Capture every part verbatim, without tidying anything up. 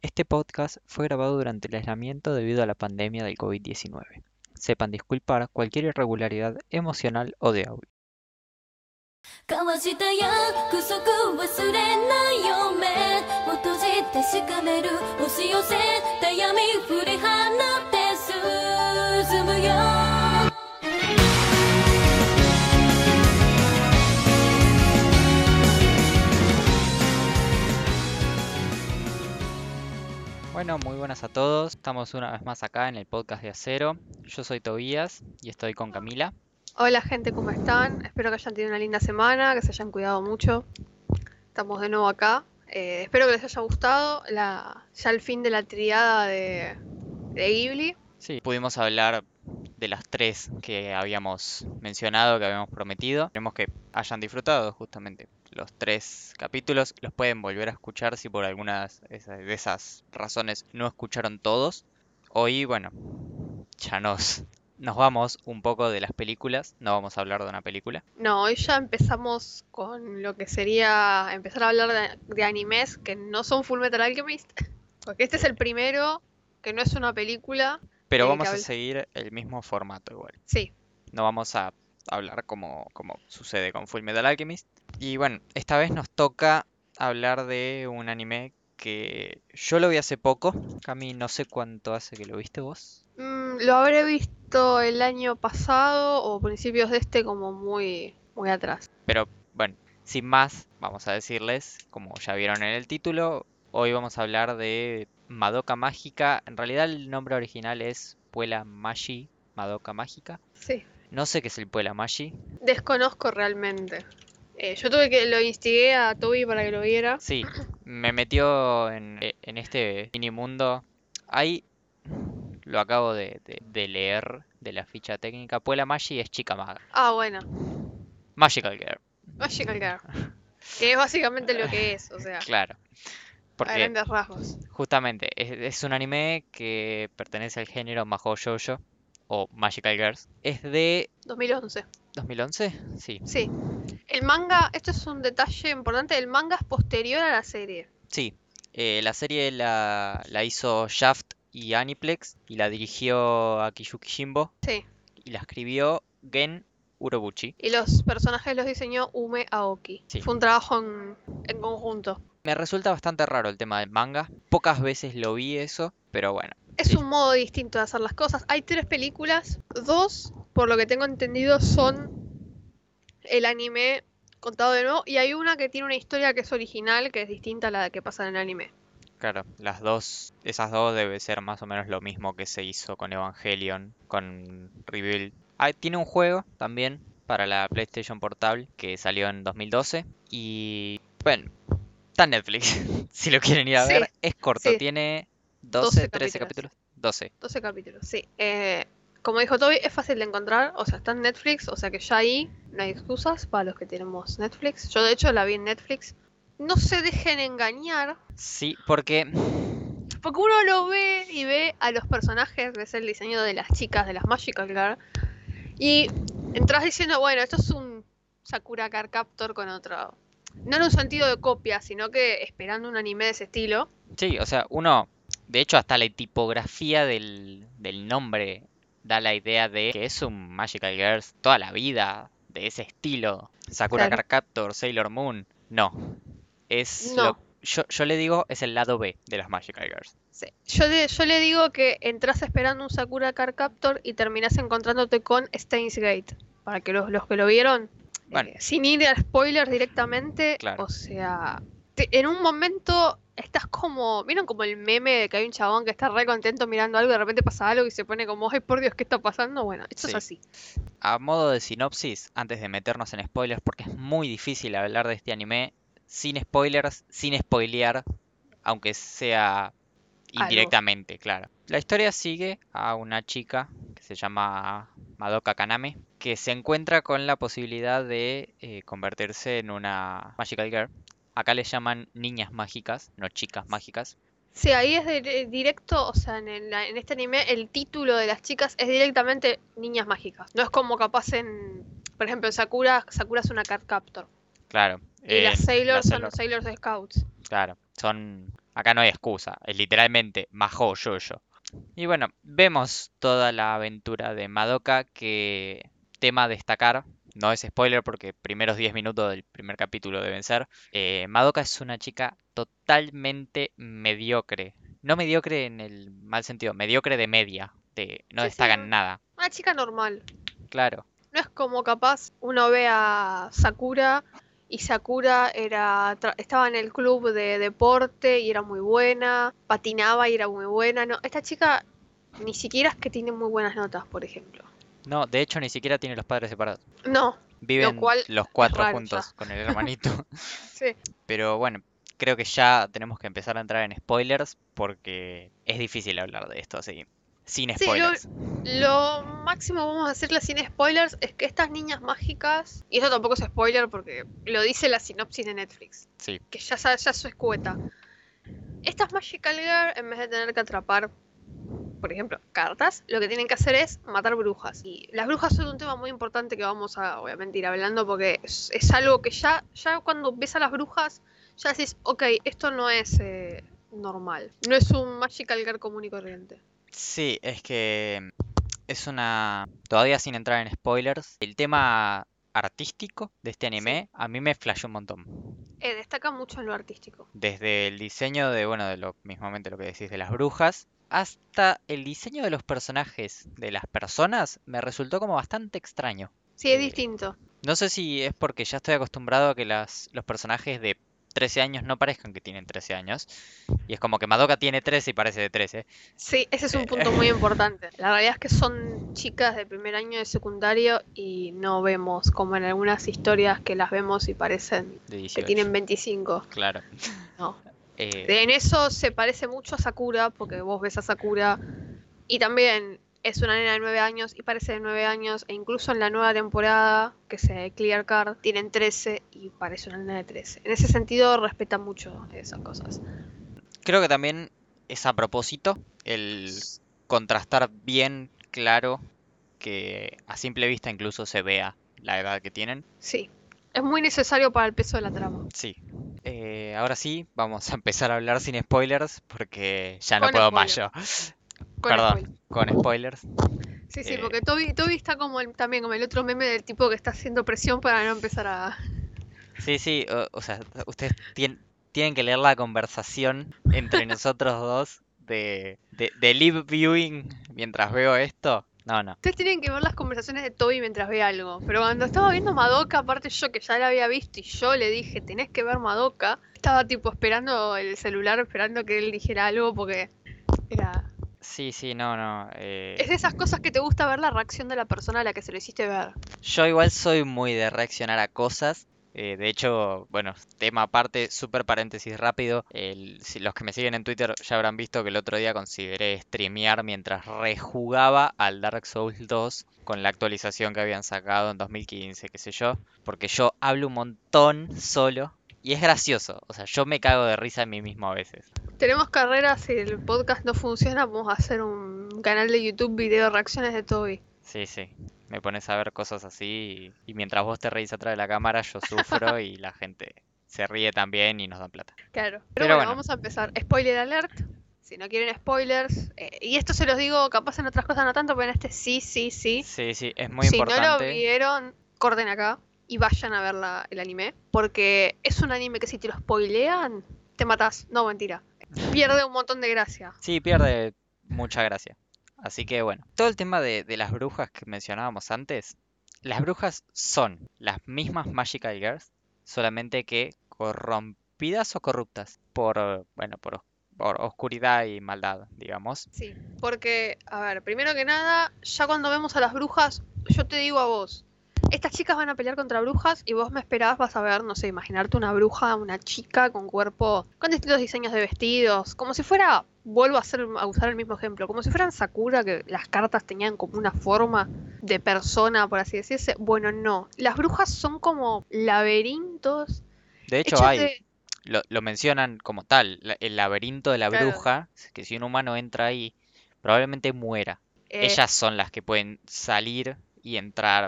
Este podcast fue grabado durante el aislamiento debido a la pandemia del COVID diecinueve. Sepan disculpar cualquier irregularidad emocional o de audio. 交わした約束忘れないよ目を閉じて確める押し寄せた闇振り放って進むよ Bueno, muy buenas a todos. Estamos una vez más acá en el podcast de Acero. Yo soy Tobías y estoy con Camila. Hola gente, ¿cómo están? Espero que hayan tenido una linda semana, que se hayan cuidado mucho. Estamos de nuevo acá. Eh, espero que les haya gustado la, ya el fin de la triada de, de Ghibli. Sí, pudimos hablar de las tres que habíamos mencionado, que habíamos prometido. Esperemos que hayan disfrutado justamente los tres capítulos. Los pueden volver a escuchar si por algunas de esas razones no escucharon todos. Hoy, bueno, ya nos, nos vamos un poco de las películas. No vamos a hablar de una película. No, hoy ya empezamos con lo que sería empezar a hablar de, de animes que no son Fullmetal Alchemist. Porque este es el primero que no es una película. Pero eh, vamos que a habla- seguir el mismo formato igual. Sí, No vamos a hablar como, como sucede con Fullmetal Alchemist. Y bueno, esta vez nos toca hablar de un anime que yo lo vi hace poco. Cami, no sé cuánto hace que lo viste vos. Mm, lo habré visto el año pasado o principios de este como muy, muy atrás. Pero bueno, sin más, vamos a decirles, como ya vieron en el título, hoy vamos a hablar de Madoka Mágica. En realidad el nombre original es Puella Magi Madoka Mágica. Sí. No sé qué es el Puella Magi. Desconozco realmente. Eh, yo tuve que lo instigué a Toby para que lo viera. Sí, me metió en, e- en este mini mundo. Ahí lo acabo de, de- de leer de la ficha técnica. Puella Magi es chica maga. Ah, bueno, Magical Girl, Magical Girl. Que es básicamente lo que es, o sea, claro. a Porque grandes rasgos. justamente es, es un anime que pertenece al género Mahou Shoujo o Magical Girls. Es de dos mil once. dos mil once, sí. Sí. El manga, esto es un detalle importante, el manga es posterior a la serie. Sí, eh, la serie la, la hizo Shaft y Aniplex y la dirigió Akiyuki Shimbo Sí. y la escribió Gen Urobuchi. Y los personajes los diseñó Ume Aoki. Sí. Fue un trabajo en, en conjunto. Me resulta bastante raro el tema del manga. Pocas veces lo vi eso, pero bueno. Es Sí. un modo distinto de hacer las cosas. Hay tres películas, dos, por lo que tengo entendido, son el anime contado de nuevo, y hay una que tiene una historia que es original, que es distinta a la que pasa en el anime. Claro, las dos, esas dos debe ser más o menos lo mismo que se hizo con Evangelion, con Rebuild. Ah, tiene un juego también para la PlayStation Portable que salió en dos mil doce y bueno, está en Netflix, si lo quieren ir a Sí, ver. Es corto, sí. tiene doce doce, trece capítulos. capítulos. doce. doce capítulos, sí. Eh, como dijo Toby, es fácil de encontrar, o sea, está en Netflix, o sea que ya ahí no hay excusas para los que tenemos Netflix. Yo de hecho la vi en Netflix. No se dejen engañar, Sí, porque porque uno lo ve y ve a los personajes, ves el diseño de las chicas, de las Magical Girl, y entras diciendo, bueno, esto es un Sakura Card Captor con otro... No en un sentido de copia, sino que esperando un anime de ese estilo. sí, o sea, uno, de hecho hasta la tipografía del, del nombre da la idea de que es un Magical Girls toda la vida, de ese estilo. Sakura Claro. Card Captor, Sailor Moon. No, es No. lo... Yo, yo le digo, es el lado B de las Magical Girls. Sí. Yo, le, yo le digo que entras esperando un Sakura Card Captor y terminás encontrándote con Steins Gate. Para que los, los que lo vieron, Bueno. eh, sin ir a spoilers directamente, Claro. o sea, te- en un momento estás como, ¿vieron como el meme de que hay un chabón que está re contento mirando algo y de repente pasa algo y se pone como, ay por Dios, ¿qué está pasando? Bueno, esto Sí. es así. A modo de sinopsis, antes de meternos en spoilers, porque es muy difícil hablar de este anime sin spoilers, sin spoilear, aunque sea indirectamente, claro. La historia sigue a una chica que se llama Madoka Kaname, que se encuentra con la posibilidad de eh, convertirse en una Magical Girl. Acá les llaman niñas mágicas, no chicas mágicas. Sí, ahí es de- de- directo, o sea, en, el- en este anime el título de las chicas es directamente Niñas Mágicas. No es como capaz en, por ejemplo, en Sakura, Sakura es una Card Captor. Claro. Y eh, las Sailors las son Sailor- Sailors Scouts. Claro, son Acá no hay excusa, es literalmente Mahou Shoujo. Y bueno, vemos toda la aventura de Madoka, que tema a destacar, no es spoiler porque primeros diez minutos del primer capítulo deben ser. eh, Madoka es una chica totalmente mediocre. No mediocre en el mal sentido, mediocre de media, de no Sí, sí, destaca en nada. una chica normal. Claro, No es como capaz uno ve a Sakura y Sakura era tra- estaba en el club de deporte y era muy buena, patinaba y era muy buena. No, esta chica ni siquiera es que tiene muy buenas notas, por ejemplo. no, de hecho ni siquiera tiene los padres separados. No, lo Viven cual los es cuatro raro ya. juntos con el hermanito. Sí, Pero bueno, creo que ya tenemos que empezar a entrar en spoilers porque es difícil hablar de esto así, sin sí, lo, spoilers. lo máximo vamos a decirle sin spoilers es que estas niñas mágicas, y esto tampoco es spoiler porque lo dice la sinopsis de Netflix, Sí, que ya, sa- ya se escueta. Estas Magical Girl, en vez de tener que atrapar, por ejemplo, cartas, lo que tienen que hacer es matar brujas. Y las brujas son un tema muy importante que vamos a, obviamente, ir hablando porque es, es algo que ya, ya cuando ves a las brujas, ya decís, ok, esto no es eh, normal. No es un Magical Girl común y corriente. sí, es que es una... Todavía sin entrar en spoilers, el tema artístico de este Sí, anime a mí me flashó un montón. eh, destaca mucho en lo artístico. Desde el diseño de, bueno, de lo mismamente lo que decís de las brujas, hasta el diseño de los personajes de las personas me resultó como bastante extraño. Sí, es Eh, distinto. no sé si es porque ya estoy acostumbrado a que las, los personajes de trece años no parezcan que tienen trece años. Y es como que Madoka tiene trece y parece de trece. Sí, ese es un Eh, punto muy importante. La realidad es que son chicas de primer año de secundario y no vemos como en algunas historias que las vemos y parecen de que tienen dieciocho, veinticinco. claro. No. Eh, En eso se parece mucho a Sakura, porque vos ves a Sakura y también es una nena de nueve años y parece de nueve años, e incluso en la nueva temporada, que se Clear Card, tienen trece y parece una nena de trece. En ese sentido respeta mucho esas cosas. creo que también es a propósito el contrastar bien claro que a simple vista incluso se vea la edad que tienen. Sí, es muy necesario para el peso de la trama. Sí. Eh, ahora sí, vamos a empezar a hablar sin spoilers porque ya no Con puedo más spoiler, yo. con spoiler. Perdón, con spoilers. Sí, sí, Eh, porque Toby, Toby está como el- también como el otro meme del tipo que está haciendo presión para no empezar a... sí, sí, o, o sea, ustedes tien- tienen que leer la conversación entre nosotros dos de, de, de live viewing mientras veo esto. No, no. Ustedes tienen que ver las conversaciones de Toby mientras ve algo. Pero cuando estaba viendo Madoka, aparte yo que ya la había visto y yo le dije, tenés que ver Madoka, estaba tipo esperando el celular, esperando que él dijera algo porque era... Sí, sí, no, no. eh, Es de esas cosas que te gusta ver la reacción de la persona a la que se lo hiciste ver. Yo igual soy muy de reaccionar a cosas. eh, de hecho, bueno, tema aparte, súper paréntesis rápido. el- si los que me siguen en Twitter ya habrán visto que el otro día consideré streamear mientras rejugaba al Dark Souls dos con la actualización que habían sacado en dos mil quince, qué sé yo. Porque yo hablo un montón solo y es gracioso. O sea, yo me cago de risa en mí mismo a veces. Tenemos carreras, si el podcast no funciona, vamos a hacer un canal de YouTube video reacciones de Toby. Sí, sí. Me pones a ver cosas así y, y mientras vos te reís atrás de la cámara yo sufro y la gente se ríe también y nos dan plata. Claro. Pero, Pero bueno, bueno, vamos a empezar. Spoiler alert. Si no quieren spoilers. eh, y esto se los digo, capaz en otras cosas no tanto, pero en este sí, sí, sí. sí, sí, es muy Si no lo importante. vieron, corten acá y vayan a ver la- el anime. Porque es un anime que si te lo spoilean, te matas. No, mentira. Pierde un montón de gracia. Sí, pierde mucha gracia. Así que bueno, todo el tema de, de las brujas que mencionábamos antes, las brujas son las mismas Magical Girls, solamente que corrompidas o corruptas por, bueno, por, os- por oscuridad y maldad, digamos. Sí, porque, a ver, primero que nada, ya cuando vemos a las brujas, yo te digo a vos, estas chicas van a pelear contra brujas y vos me esperás, vas a ver, no sé, imaginarte una bruja, una chica con cuerpo, con distintos diseños de vestidos, como si fuera, vuelvo a, hacer, a usar el mismo ejemplo, como si fueran Sakura, que las cartas tenían como una forma de persona, por así decirse. Bueno, no, las brujas son como laberintos De hecho, hechos hay, de... lo, lo mencionan como tal, la- el laberinto de la Claro, bruja, que si un humano entra ahí, probablemente muera. eh, Ellas son las que pueden salir y entrar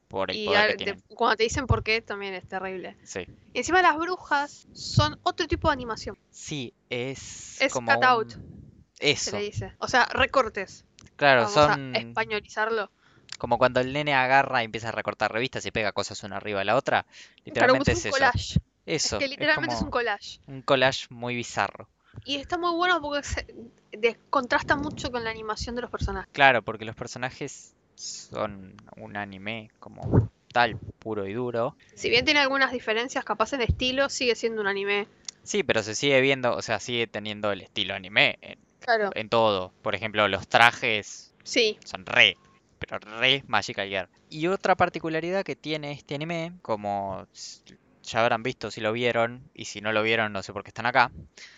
por el Y poder al- que de- tienen. cuando te dicen por qué, también es terrible. Sí. Y encima las brujas son otro tipo de animación. Sí, es, Es como cutout, un... se Eso, le dice. O sea, recortes. claro, Vamos a son españolizarlo. como cuando el nene agarra y empieza a recortar revistas y pega cosas una arriba de la otra. Claro, como Literalmente es es un eso. collage. Es Eso, que es literalmente es un como collage. un collage muy bizarro. Y está muy bueno porque se de- contrasta mucho con la animación de los personajes. Claro, porque los personajes son un anime como tal, puro y duro. Si bien tiene algunas diferencias capaz en estilo, sigue siendo un anime. Sí, pero se sigue viendo, o sea, sigue teniendo el estilo anime en, Claro. en todo. Por ejemplo, los trajes Sí. son re, pero re Magical Girl. Y otra particularidad que tiene este anime, como s- ya habrán visto si lo vieron, y si no lo vieron no sé por qué están acá,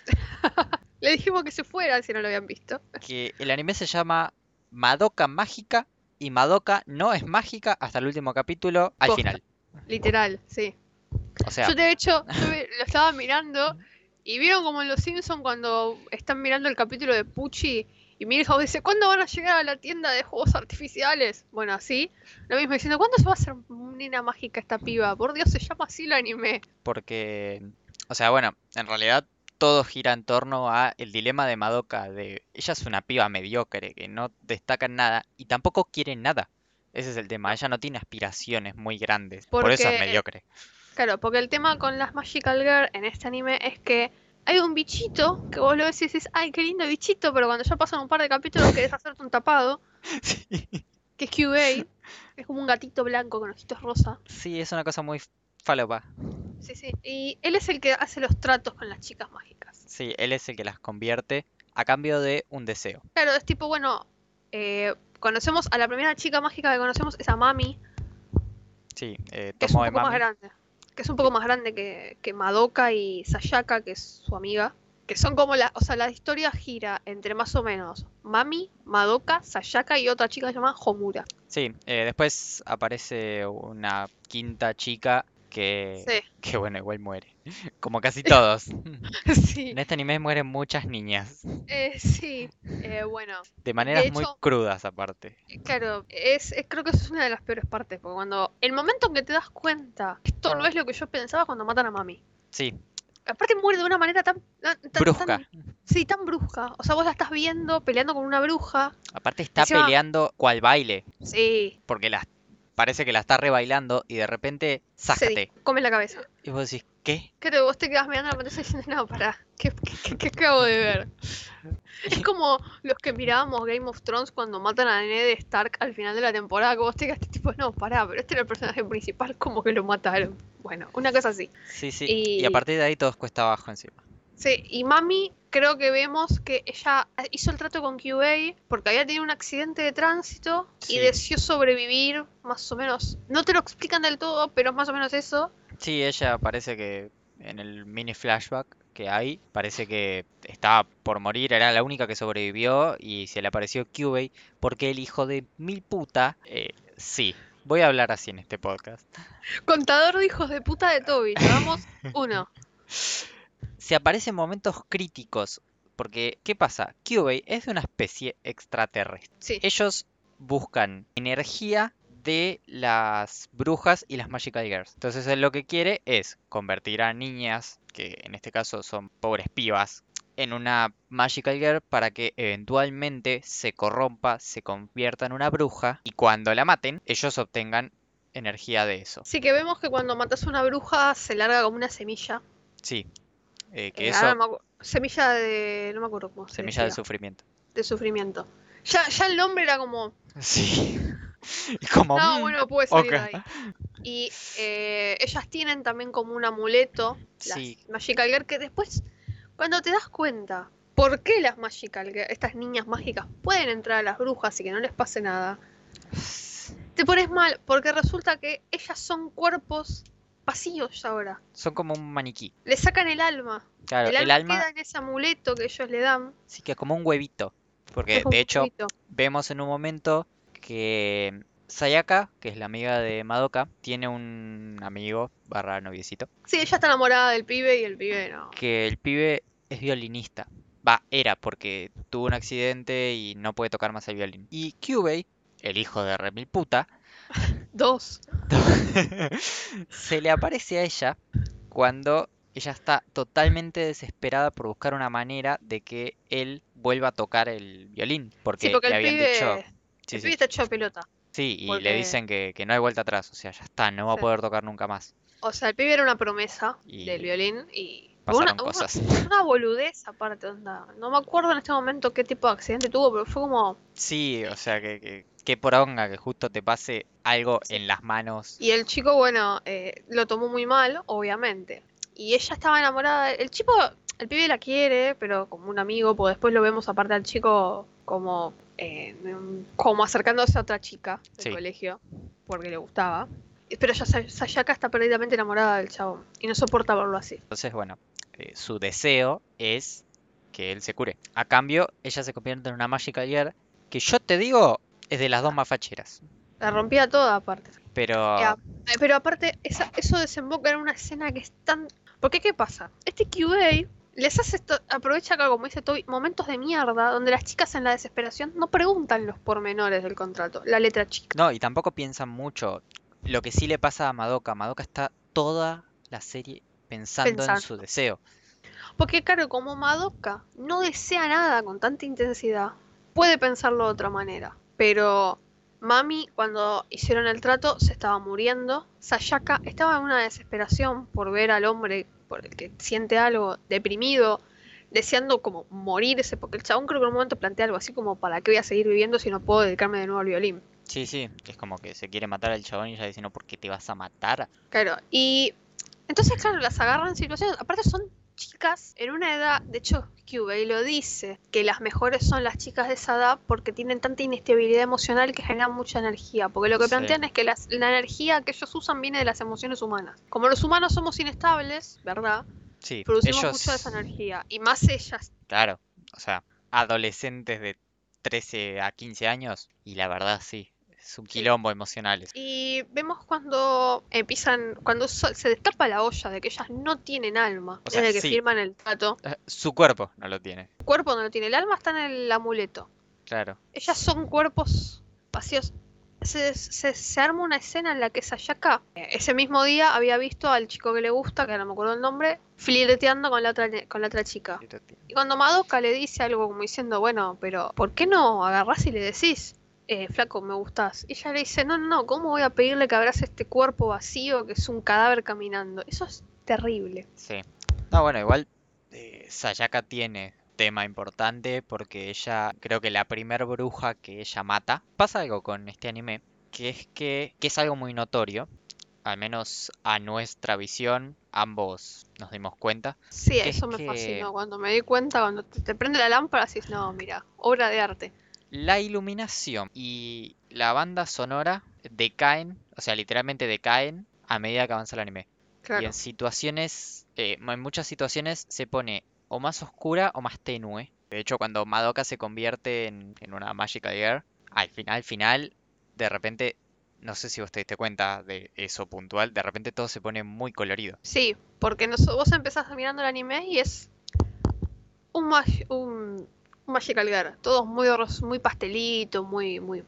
Le dijimos que se fueran si no lo habían visto. que el anime se llama Madoka Mágica y Madoka no es mágica hasta el último capítulo al Posta. final. Literal, sí. O sea, Yo de hecho, yo vi- lo estaba mirando y vieron como en Los Simpsons cuando están mirando el capítulo de Pucci y Milhouse dice, ¿cuándo van a llegar a la tienda de juegos artificiales? Bueno, así, lo mismo diciendo, ¿cuándo se va a hacer nena mágica esta piba? Por Dios, se llama así el anime. porque, o sea, bueno, en realidad todo gira en torno a el dilema de Madoka, de ella es una piba mediocre que no destaca en nada y tampoco quiere nada. Ese es el tema, ella no tiene aspiraciones muy grandes, por eso es Porque, mediocre. claro, porque el tema con las Magical Girl en este anime es que hay un bichito que vos lo ves y decís, ay, qué lindo bichito, pero cuando ya pasan un par de capítulos querés hacerte un tapado, Sí. que es Q A, es como un gatito blanco con ojitos rosa. Sí, es una cosa muy falopa. Sí, sí. Y él es el que hace los tratos con las chicas mágicas. Sí, él es el que las convierte a cambio de un deseo. Claro, es tipo, bueno, eh, conocemos a la primera chica mágica que conocemos, es a Mami, Sí, eh, que es un Tomoe poco más Mami. grande. Que es un poco más grande que, que Madoka y Sayaka, que es su amiga. Que son como la, o sea, la historia gira entre más o menos Mami, Madoka, Sayaka y otra chica llamada Homura. Sí, eh, después aparece una quinta chica que, Sí, que bueno, igual muere. Como casi todos. sí, En este anime mueren muchas niñas. eh, sí. Eh, bueno, De maneras de muy hecho, crudas aparte. claro, es, es- creo que eso es una de las peores partes, porque cuando el momento en que te das cuenta, esto no es lo que yo pensaba cuando matan a Mami. Sí, Aparte muere de una manera tan, tan, tan- brusca. tan- sí, tan brusca. O sea, vos la estás viendo peleando con una bruja. Aparte está Encima- peleando cual baile. Sí, Porque la, parece que la está rebailando y de repente, se sácate. di- come la cabeza. Y vos decís, ¿qué? Claro, vos te quedas mirando la pantalla diciendo, no, pará, ¿qué, qué, qué- qué acabo de ver? Es como los que mirábamos Game of Thrones cuando matan a Ned Stark al final de la temporada, que vos te quedaste tipo, no, pará, pero este era el personaje principal, como que lo mataron. Bueno, una cosa así. Sí, sí. Y- Y a partir de ahí todo cuesta abajo encima. Sí, y Mami creo que vemos que ella hizo el trato con Q A porque había tenido un accidente de tránsito Sí. y decidió sobrevivir, más o menos. No te lo explican del todo, pero es más o menos eso. Sí, ella parece que en el mini flashback que hay, parece que estaba por morir, era la única que sobrevivió y se le apareció Q A porque el hijo de mil puta, eh, sí, voy a hablar así en este podcast, Contador de hijos de puta de Toby, le damos uno. se aparece en momentos críticos, porque ¿qué pasa? Q A es de una especie extraterrestre. Sí, Ellos buscan energía de las brujas y las Magical Girls. Entonces él lo que quiere es convertir a niñas, que en este caso son pobres pibas, en una Magical Girl para que eventualmente se corrompa, se convierta en una bruja y cuando la maten, ellos obtengan energía de eso. sí que vemos que cuando matas a una bruja se larga como una semilla. Sí, eh, que Eh, eso, ahora no me acu- semilla de... no me acuerdo cómo se semilla del decía, sufrimiento. de sufrimiento. Ya, ya el nombre era como... Sí. Y como, No, mm, bueno, puede salir ok. de ahí. Y eh, ellas tienen también como un amuleto, las Sí. Magical Girl, que después, cuando te das cuenta por qué las Magical Girl, estas niñas mágicas, pueden entrar a las brujas y que no les pase nada, te pones mal, porque resulta que ellas son cuerpos vacíos ahora. Son como un maniquí. Le sacan el alma. Claro, el alma, el alma queda en ese amuleto que ellos le dan. sí que como un huevito. Porque Es un de hecho poquito. vemos en un momento que Sayaka, que es la amiga de Madoka, tiene un amigo barra noviecito, Sí, ella está enamorada del pibe y el pibe no. que el pibe es violinista. Va, era porque tuvo un accidente y no puede tocar más el violín. Y Kyubey, el hijo de remil puta, Dos. Se le aparece a ella cuando ella está totalmente desesperada por buscar una manera de que él vuelva a tocar el violín, Sí, porque porque le el habían dicho, pibe. sí, El sí, pibe está hecho pelota. sí, y le Porque. dicen que, que no hay vuelta atrás, o sea, ya está, no va a Sí. poder tocar nunca más. O sea, el pibe era una promesa del Y violín y. Una, pasaron una, cosas. una boludez aparte, onda. No me acuerdo en este momento qué tipo de accidente tuvo, pero fue como. Sí, o sea, que, que, qué poronga que justo te pase algo Sí. en las manos. Y el chico, bueno, eh, lo tomó muy mal, obviamente. Y ella estaba enamorada. de- El chico, el pibe la quiere, pero como un amigo, porque después lo vemos aparte al chico como, eh, mm, como acercándose a otra chica del Sí, colegio, porque le gustaba. Pero ya Sa- Sayaka está perdidamente enamorada del chabón y no soporta verlo así. entonces, bueno, eh, su deseo es que él se cure. A cambio, ella se convierte en una Magical Girl que yo te digo es de las dos más facheras. La rompía toda aparte. Eh, Pero a- eh, pero aparte, esa- eso desemboca en una escena que es tan... Porque, ¿qué pasa? Este Q A les hace esto, aprovecha acá, como dice Toby, momentos de mierda donde las chicas en la desesperación no preguntan los pormenores del contrato, la letra chica. no, y tampoco piensan mucho. Lo que sí le pasa a Madoka, Madoka está toda la serie pensando en su Pensando. deseo. Porque, claro, como Madoka no desea nada con tanta intensidad, puede pensarlo de otra manera. Pero Mami, cuando hicieron el trato, se estaba muriendo. Sayaka estaba en una desesperación por ver al hombre por el que siente algo, deprimido, deseando como morirse, porque el chabón creo que en un momento plantea algo así como, ¿para qué voy a seguir viviendo si no puedo dedicarme de nuevo al violín? Sí, sí, es como que se quiere matar al chabón y ella dice, no, ¿por qué te vas a matar? Claro, y entonces, claro, las agarran en situaciones, aparte son chicas en una edad, de hecho, Kyubey lo dice, que las mejores son las chicas de esa edad porque tienen tanta inestabilidad emocional que generan mucha energía, porque lo que Sí, plantean es que las- la energía que ellos usan viene de las emociones humanas. Como los humanos somos inestables, ¿verdad? sí, Producimos mucho de esa ellos, energía, y más ellas. claro, o sea, adolescentes de trece a quince años, y la verdad sí, es un Sí. quilombo emocional eso. Y vemos cuando empiezan, cuando so- se destapa la olla de que ellas no tienen alma, O sea, desde que sí, firman el trato. eh, su cuerpo no lo tiene, El cuerpo no lo tiene, el alma está en el amuleto. claro. Ellas son cuerpos vacíos. Se, se, se arma una escena en la que Sayaka, eh, ese mismo día, había visto al chico que le gusta, que no me acuerdo el nombre, flirteando con la otra, ne- con la otra chica. Y cuando Madoka le dice algo como diciendo, bueno, pero ¿por qué no agarrás y le decís, eh, flaco, me gustás? Y ella le dice, no, no, no, ¿cómo voy a pedirle que abrace este cuerpo vacío que es un cadáver caminando? Eso es terrible. Sí. No, bueno, igual eh, Sayaka tiene tema importante porque ella, creo que la primer bruja que ella mata, pasa algo con este anime, que es que, que es algo muy notorio, al menos a nuestra visión, ambos nos dimos cuenta, Sí, que es eso me que fascinó. Cuando me di cuenta, cuando te, te prende la lámpara, decís, no, mira, obra de arte. la iluminación y la banda sonora decaen, o sea, literalmente decaen a medida que avanza el anime. Y en Claro. situaciones, eh, en muchas situaciones se pone o más oscura o más tenue. De hecho, cuando Madoka se convierte en, en una Magical Girl, al final, al final, de repente, no sé si vos te diste cuenta de eso puntual, de repente todo se pone muy colorido. Sí, porque no, vos empezás mirando el anime y es un, mag- un, un Magical Girl. Todos muy, ros- muy pastelito, muy, muy...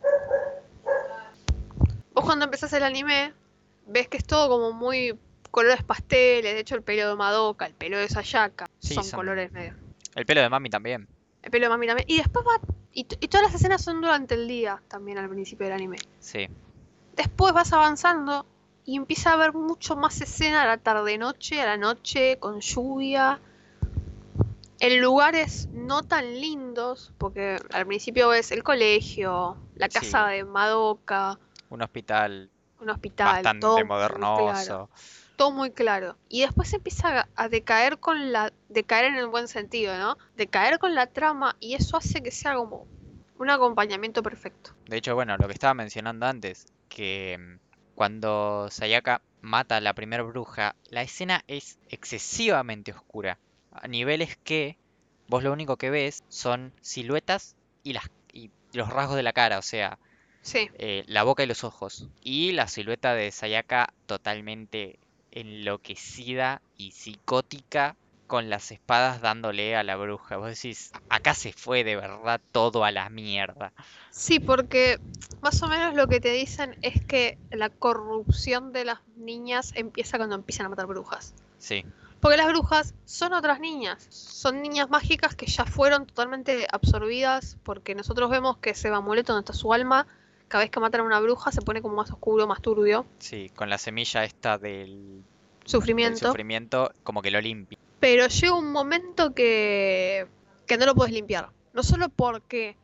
Vos cuando empezás el anime, ves que es todo como muy colores pasteles. De hecho, el pelo de Madoka, el pelo de Sayaka, Sí, son son... colores medio. El pelo de Mami también. El pelo de Mami también. Y después va... Y, t- y todas las escenas son durante el día, también al principio del anime. Sí, Después vas avanzando y empieza a haber mucho más escena a la tarde-noche, a la noche, con lluvia, en lugares no tan lindos, porque al principio ves el colegio, la casa sí. de Madoka, Un hospital un hospital, bastante todo muy claro, modernoso. todo muy claro. Y después empieza a, a decaer con la, decaer en el buen sentido, ¿no? Decaer con la trama y eso hace que sea como un acompañamiento perfecto. De hecho, bueno, lo que estaba mencionando antes, que mm, cuando Sayaka mata a la primera bruja, la escena es excesivamente oscura. A niveles que vos lo único que ves son siluetas y, las, y los rasgos de la cara, o sea, Sí, eh, la boca y los ojos. Y la silueta de Sayaka totalmente enloquecida y psicótica con las espadas dándole a la bruja. Vos decís, acá se fue de verdad todo a la mierda. Sí, porque más o menos lo que te dicen es que la corrupción de las niñas empieza cuando empiezan a matar brujas. Sí, Porque las brujas son otras niñas, son niñas mágicas que ya fueron totalmente absorbidas, porque nosotros vemos que ese amuleto donde está su alma, cada vez que matan a una bruja se pone como más oscuro, más turbio, sí, con la semilla esta del, del sufrimiento. sufrimiento, como que lo limpia. Pero llega un momento que, que no lo puedes limpiar. No solo porque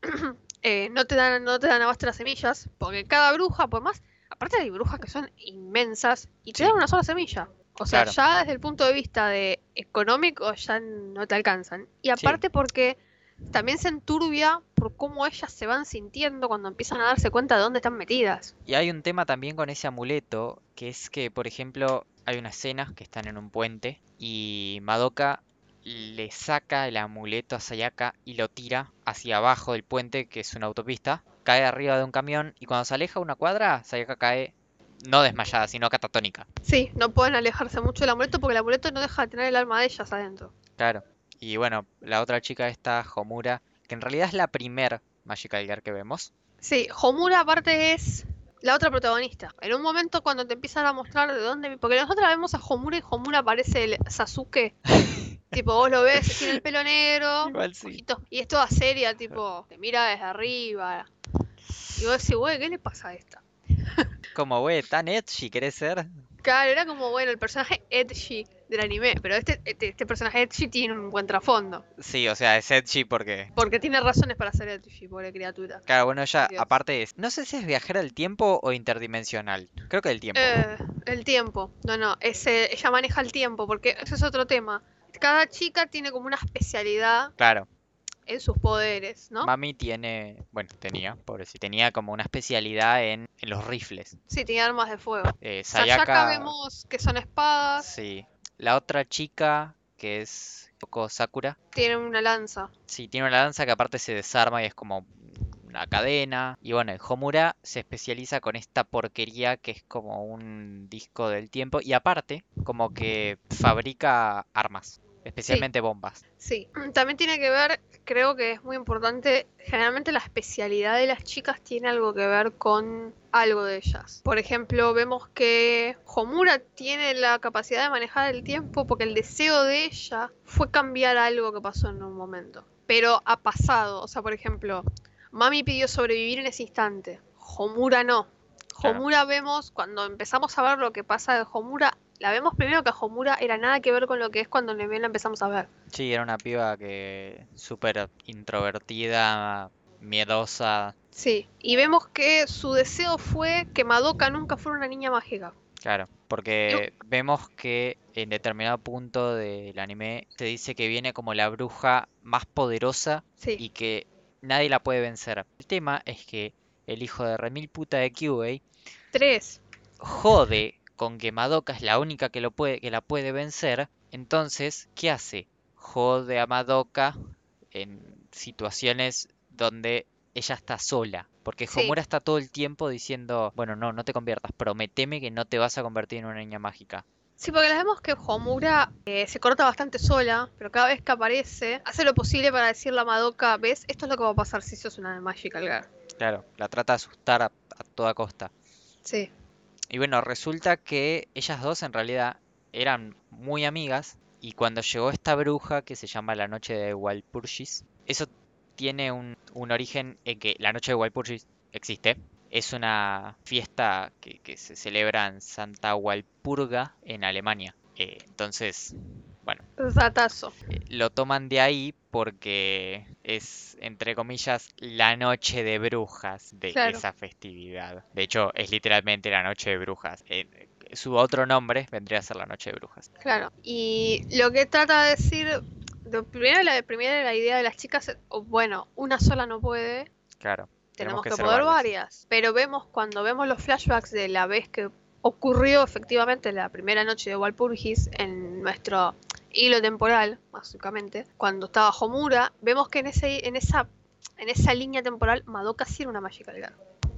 eh, no te dan, no te dan abasto las semillas, porque cada bruja, por más, aparte hay brujas que son inmensas y te Sí. dan una sola semilla. O sea, Claro. ya desde el punto de vista de económico ya no te alcanzan. Y aparte porque también se enturbia por cómo ellas se van sintiendo cuando empiezan a darse cuenta de dónde están metidas. Y hay un tema también con ese amuleto, que es que, por ejemplo, hay unas escenas que están en un puente y Madoka le saca el amuleto a Sayaka y lo tira hacia abajo del puente, que es una autopista, cae arriba de un camión y cuando se aleja una cuadra, Sayaka cae no desmayada, sino catatónica. Sí, no pueden alejarse mucho del amuleto porque el amuleto no deja de tener el alma de ellas adentro. Claro. Y bueno, la otra chica esta, Homura, que en realidad es la primer Magical Girl que vemos. Sí, Homura aparte es la otra protagonista. En un momento cuando te empiezan a mostrar de dónde... Porque nosotros la vemos a Homura y Homura parece el Sasuke. Tipo, vos lo ves, tiene el pelo negro, Igual sí. ojitos, y es toda seria, tipo, te mira desde arriba. Y vos decís, güey, ¿qué le pasa a esta? Como, güey, tan edgy querés ser. Claro, era como, bueno, el personaje edgy del anime, pero este, este, este personaje edgy tiene un buen trasfondo. Sí, o sea, es edgy porque... Porque tiene razones para ser edgy, pobre criatura. Claro, bueno, ella Dios. aparte es... No sé si es viajera del tiempo o interdimensional. Creo que del tiempo. Eh, el tiempo, no, no, ese, ella maneja el tiempo, porque ese es otro tema. Cada chica tiene como una especialidad Claro, en sus poderes, ¿no? Mami tiene... Bueno, tenía, pobrecita. Tenía como una especialidad en, en los rifles. Sí, tiene armas de fuego. Eh, Sayaka Sayaka... vemos que son espadas, Sí. La otra chica, que es Yoko Sakura, tiene una lanza. sí, tiene una lanza que aparte se desarma y es como una cadena. Y bueno, el Homura se especializa con esta porquería que es como un disco del tiempo. Y aparte, como que fabrica armas, especialmente bombas. Sí, también tiene que ver, creo que es muy importante, generalmente la especialidad de las chicas tiene algo que ver con algo de ellas. Por ejemplo, vemos que Homura tiene la capacidad de manejar el tiempo porque el deseo de ella fue cambiar algo que pasó en un momento. Pero ha pasado, o sea, por ejemplo, Mami pidió sobrevivir en ese instante, Homura no. Claro. Homura vemos, cuando empezamos a ver lo que pasa de Homura, la vemos primero que a Homura era nada que ver con lo que es cuando bien la empezamos a ver. Sí, era una piba que súper introvertida, miedosa. Sí, y vemos que su deseo fue que Madoka nunca fuera una niña mágica. Claro, porque vemos que en determinado punto del anime te dice que viene como la bruja más poderosa Sí, y que nadie la puede vencer. El tema es que el hijo de remil puta de Kyubey tres. jode con que Madoka es la única que, lo puede, que la puede vencer. Entonces, ¿qué hace? Jode a Madoka en situaciones donde ella está sola. Porque Sí. Homura está todo el tiempo diciendo, bueno, no, no te conviertas, prometeme que no te vas a convertir en una niña mágica. Sí, porque la vemos que Homura eh, se corta bastante sola, pero cada vez que aparece, hace lo posible para decirle a Madoka, ¿ves? Esto es lo que va a pasar si sos una Magical Girl. Claro, la trata de asustar a, a toda costa. Sí, Y bueno, resulta que ellas dos en realidad eran muy amigas y cuando llegó esta bruja que se llama la Noche de Walpurgis, eso tiene un, un origen en que la Noche de Walpurgis existe. Es una fiesta que, que se celebra en Santa Walpurga en Alemania. Eh, entonces, bueno, ratazo. eh, lo toman de ahí porque es, entre comillas, la noche de brujas de Claro. esa festividad. De hecho, es literalmente la noche de brujas. Eh, su otro nombre vendría a ser la noche de brujas. Claro. Y lo que trata de decir, lo primero, la, primero la idea de las chicas, es, oh, bueno, una sola no puede, Claro. tenemos que, ser poder varias. varias. Pero vemos, cuando vemos los flashbacks de la vez que ocurrió efectivamente la primera noche de Walpurgis en nuestro hilo temporal, básicamente, cuando estaba Homura, vemos que en ese, en esa, en esa línea temporal Madoka sí era una Magical Girl.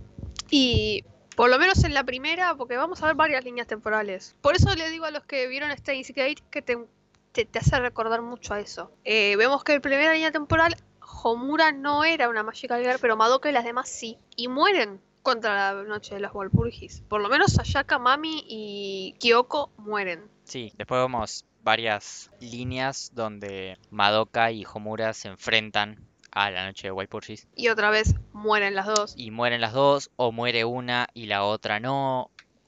Y por lo menos en la primera, porque vamos a ver varias líneas temporales. Por eso le digo a los que vieron Steins Gate que te te, te hace recordar mucho a eso. Eh, vemos que en primera línea temporal, Homura no era una Magical Girl, pero Madoka y las demás sí. Y mueren contra la noche de los Walpurgis. Por lo menos Sayaka, Mami y Kyoko mueren. Sí, después vemos varias líneas donde Madoka y Homura se enfrentan a la noche de Walpurgis. Y otra vez mueren las dos. Y mueren las dos, o muere una y la otra no.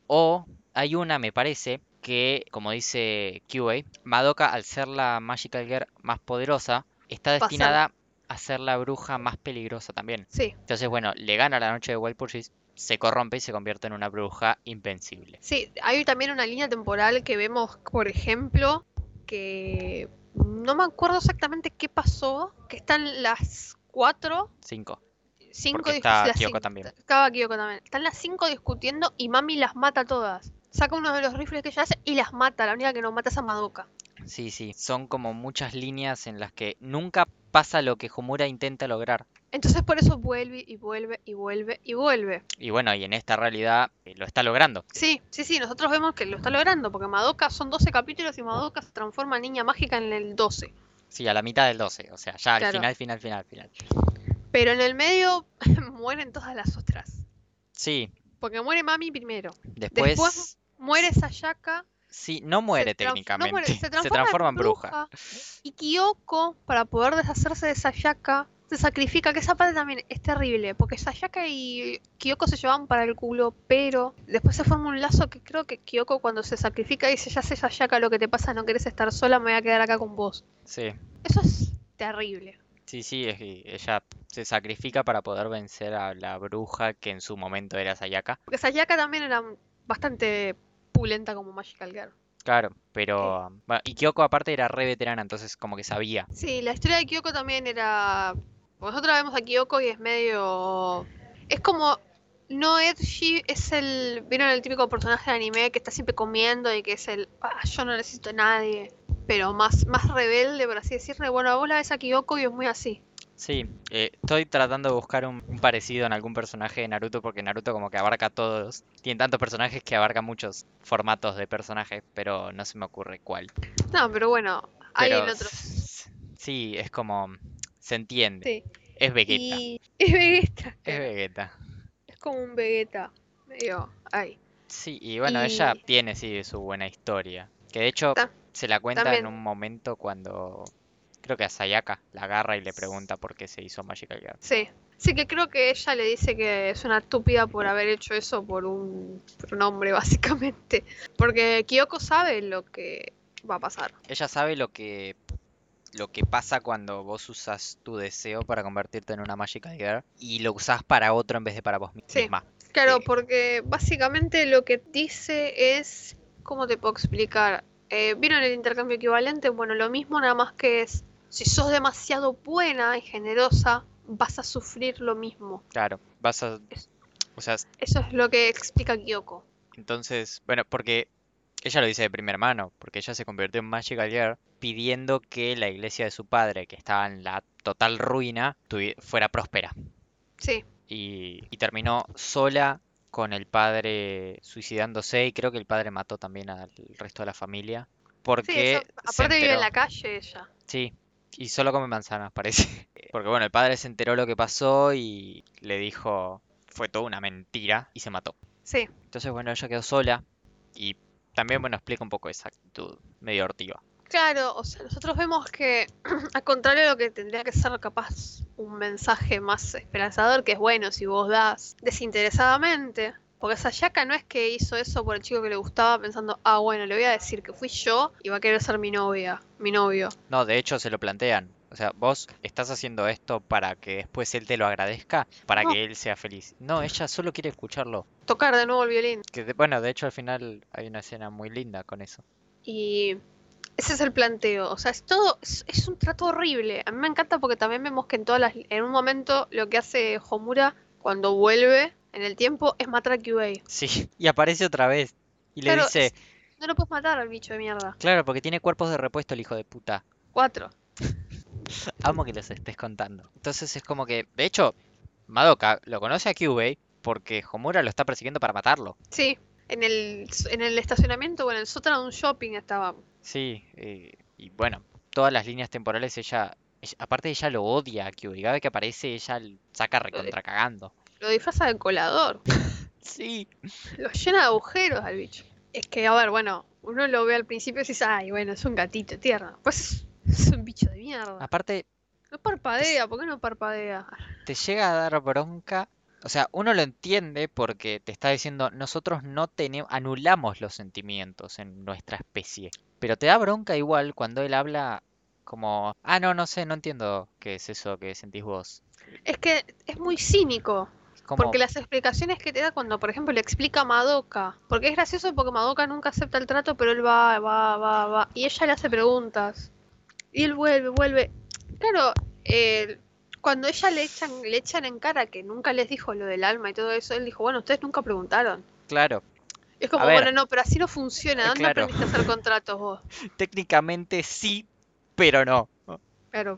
O hay una, me parece, que, como dice Q A, Madoka, al ser la Magical Girl más poderosa, está Va a ser- destinada a ser la bruja más peligrosa también. Sí, Entonces, bueno, le gana la noche de Walpurgis, se corrompe y se convierte en una bruja invencible. sí. Hay también una línea temporal que vemos, por ejemplo, que no me acuerdo exactamente qué pasó, que están las cuatro, Cinco. cinco Porque dis- está las Kyoko cin- también. Estaba Kyoko también. Están las cinco discutiendo y Mami las mata a todas. Saca uno de los rifles que ella hace y las mata. La única que no mata es a Madoka. Sí, sí, son como muchas líneas en las que nunca pasa lo que Homura intenta lograr. Entonces por eso vuelve y vuelve y vuelve y vuelve. Y bueno, y en esta realidad eh, lo está logrando. Sí, sí, sí, nosotros vemos que lo está logrando, porque Madoka son doce capítulos y Madoka se transforma en niña mágica en el doce. Sí, a la mitad del doce, o sea, ya al Claro. final, final, final, final. Pero en el medio mueren todas las otras. Sí, Porque muere Mami primero. después, Después muere Sayaka. sí, no muere se trans- no técnicamente, muere, se transforma, en bruja. Y Kyoko, para poder deshacerse de Sayaka, se sacrifica, que esa parte también es terrible, porque Sayaka y Kyoko se llevan para el culo, pero después se forma un lazo que creo que Kyoko cuando se sacrifica dice, ya sé Sayaka lo que te pasa, no querés estar sola, me voy a quedar acá con vos. Sí, Eso es terrible. sí, sí, es que ella se sacrifica para poder vencer a la bruja que en su momento era Sayaka. Porque Sayaka también era bastante pulenta como Magical Girl. Claro, pero... Bueno, y Kyoko aparte era re veterana, entonces como que sabía. Sí, la historia de Kyoko también era... Nosotros vemos a Kyoko y es medio... Es como... No edgy, es el... ¿Vieron el típico personaje de anime que está siempre comiendo y que es el... Ah, yo no necesito a nadie. Pero más, más rebelde, por así decirlo. Bueno, vos la ves a Kyoko y es muy así. Sí, eh, estoy tratando de buscar un, un parecido en algún personaje de Naruto porque Naruto como que abarca a todos. Tiene tantos personajes que abarca muchos formatos de personajes, pero no se me ocurre cuál. No, pero bueno, hay Pero en otros... s- sí, es como... Se entiende. Sí. Es Vegeta. Y... Es Vegeta. Es claro. Vegeta. Es como un Vegeta. Medio... Ay. Sí, y bueno, Y- ella tiene sí su buena historia. Que de hecho Ta- se la cuenta también. en un momento cuando creo que a Sayaka la agarra y le pregunta por qué se hizo Magical Girl. Sí. Sí, que creo que ella le dice que es una estúpida por haber hecho eso por un, por un hombre, básicamente. Porque Kyoko sabe lo que va a pasar. Ella sabe lo que lo que pasa cuando vos usas tu deseo para convertirte en una Magical Girl y lo usás para otro en vez de para vos mi- Sí. misma. Claro, Sí. porque básicamente lo que dice es... ¿Cómo te puedo explicar? Eh, ¿Vieron el intercambio equivalente? Bueno, lo mismo, nada más que es... Si sos demasiado buena y generosa, vas a sufrir lo mismo. Claro, vas a... Es- O sea, Eso es lo que explica Kyoko. entonces, bueno, porque ella lo dice de primera mano, porque ella se convirtió en Magical Girl pidiendo que la iglesia de su padre, que estaba en la total ruina, tuvi- fuera próspera. Sí, Y, y terminó sola con el padre suicidándose y creo que el padre mató también al resto de la familia. sí, Porque ella- se aparte vive en enteró. la calle ella. Sí, y solo come manzanas, parece. Porque bueno, el padre se enteró lo que pasó y le dijo, fue toda una mentira y se mató. Sí, Entonces bueno, ella quedó sola y también bueno, explica un poco esa actitud medio hortiva. claro, o sea, nosotros vemos que, al contrario de lo que tendría que ser capaz un mensaje más esperanzador, que es bueno si vos das desinteresadamente, porque Sayaka no es que hizo eso por el chico que le gustaba pensando, ah, bueno, le voy a decir que fui yo y va a querer ser mi novia, mi novio. No, de hecho se lo plantean. O sea, vos estás haciendo esto para que después él te lo agradezca, para No. que él sea feliz. No, ella solo quiere escucharlo. Tocar de nuevo el violín. Que de- bueno, de hecho al final hay una escena muy linda con eso. Y ese es el planteo, o sea, es todo, es, es un trato horrible. A mí me encanta porque también vemos que en todas las, en un momento lo que hace Homura cuando vuelve en el tiempo es matar a Q A. Sí, y aparece otra vez y le Claro, dice, es- no lo puedes matar al bicho de mierda. claro, porque tiene cuerpos de repuesto el hijo de puta. Cuatro. Amo que los estés contando. Entonces es como que, de hecho, Madoka lo conoce a Kyubey porque Homura lo está persiguiendo para matarlo. Sí, en el, en el estacionamiento o en el sótano de un shopping estaba. Sí, eh, y bueno, todas las líneas temporales ella, ella- aparte ella lo odia a Kyuubi, cada vez que aparece ella l- saca Lo, di- recontra cagando. lo disfraza de colador. Sí, Lo llena de agujeros al bicho. Es que, a ver, bueno, uno lo ve al principio y dices, ay, bueno, es un gatito tierno. Pues es un bicho de mierda. aparte No te, s- parpadea, ¿por qué no parpadea? te llega a dar bronca, o sea, uno lo entiende porque te está diciendo, nosotros no tenemos, anulamos los sentimientos en nuestra especie, pero te da bronca igual cuando él habla como, ah, no, no sé, no entiendo qué es eso que sentís vos. Es que es muy cínico. Es como, Porque las explicaciones que te da cuando, por ejemplo, le explica a Madoka. Porque es gracioso porque Madoka nunca acepta el trato, pero él va, va, va, va. Y ella le hace preguntas. Y él vuelve, vuelve. Claro, eh, cuando ella le echan, le echan en cara que nunca les dijo lo del alma y todo eso, él dijo, bueno, ustedes nunca preguntaron. claro, Y es a como, bueno, ver, no, pero así no funciona. eh, ¿Dónde claro, aprendiste a hacer contratos vos? técnicamente sí, pero no. Claro.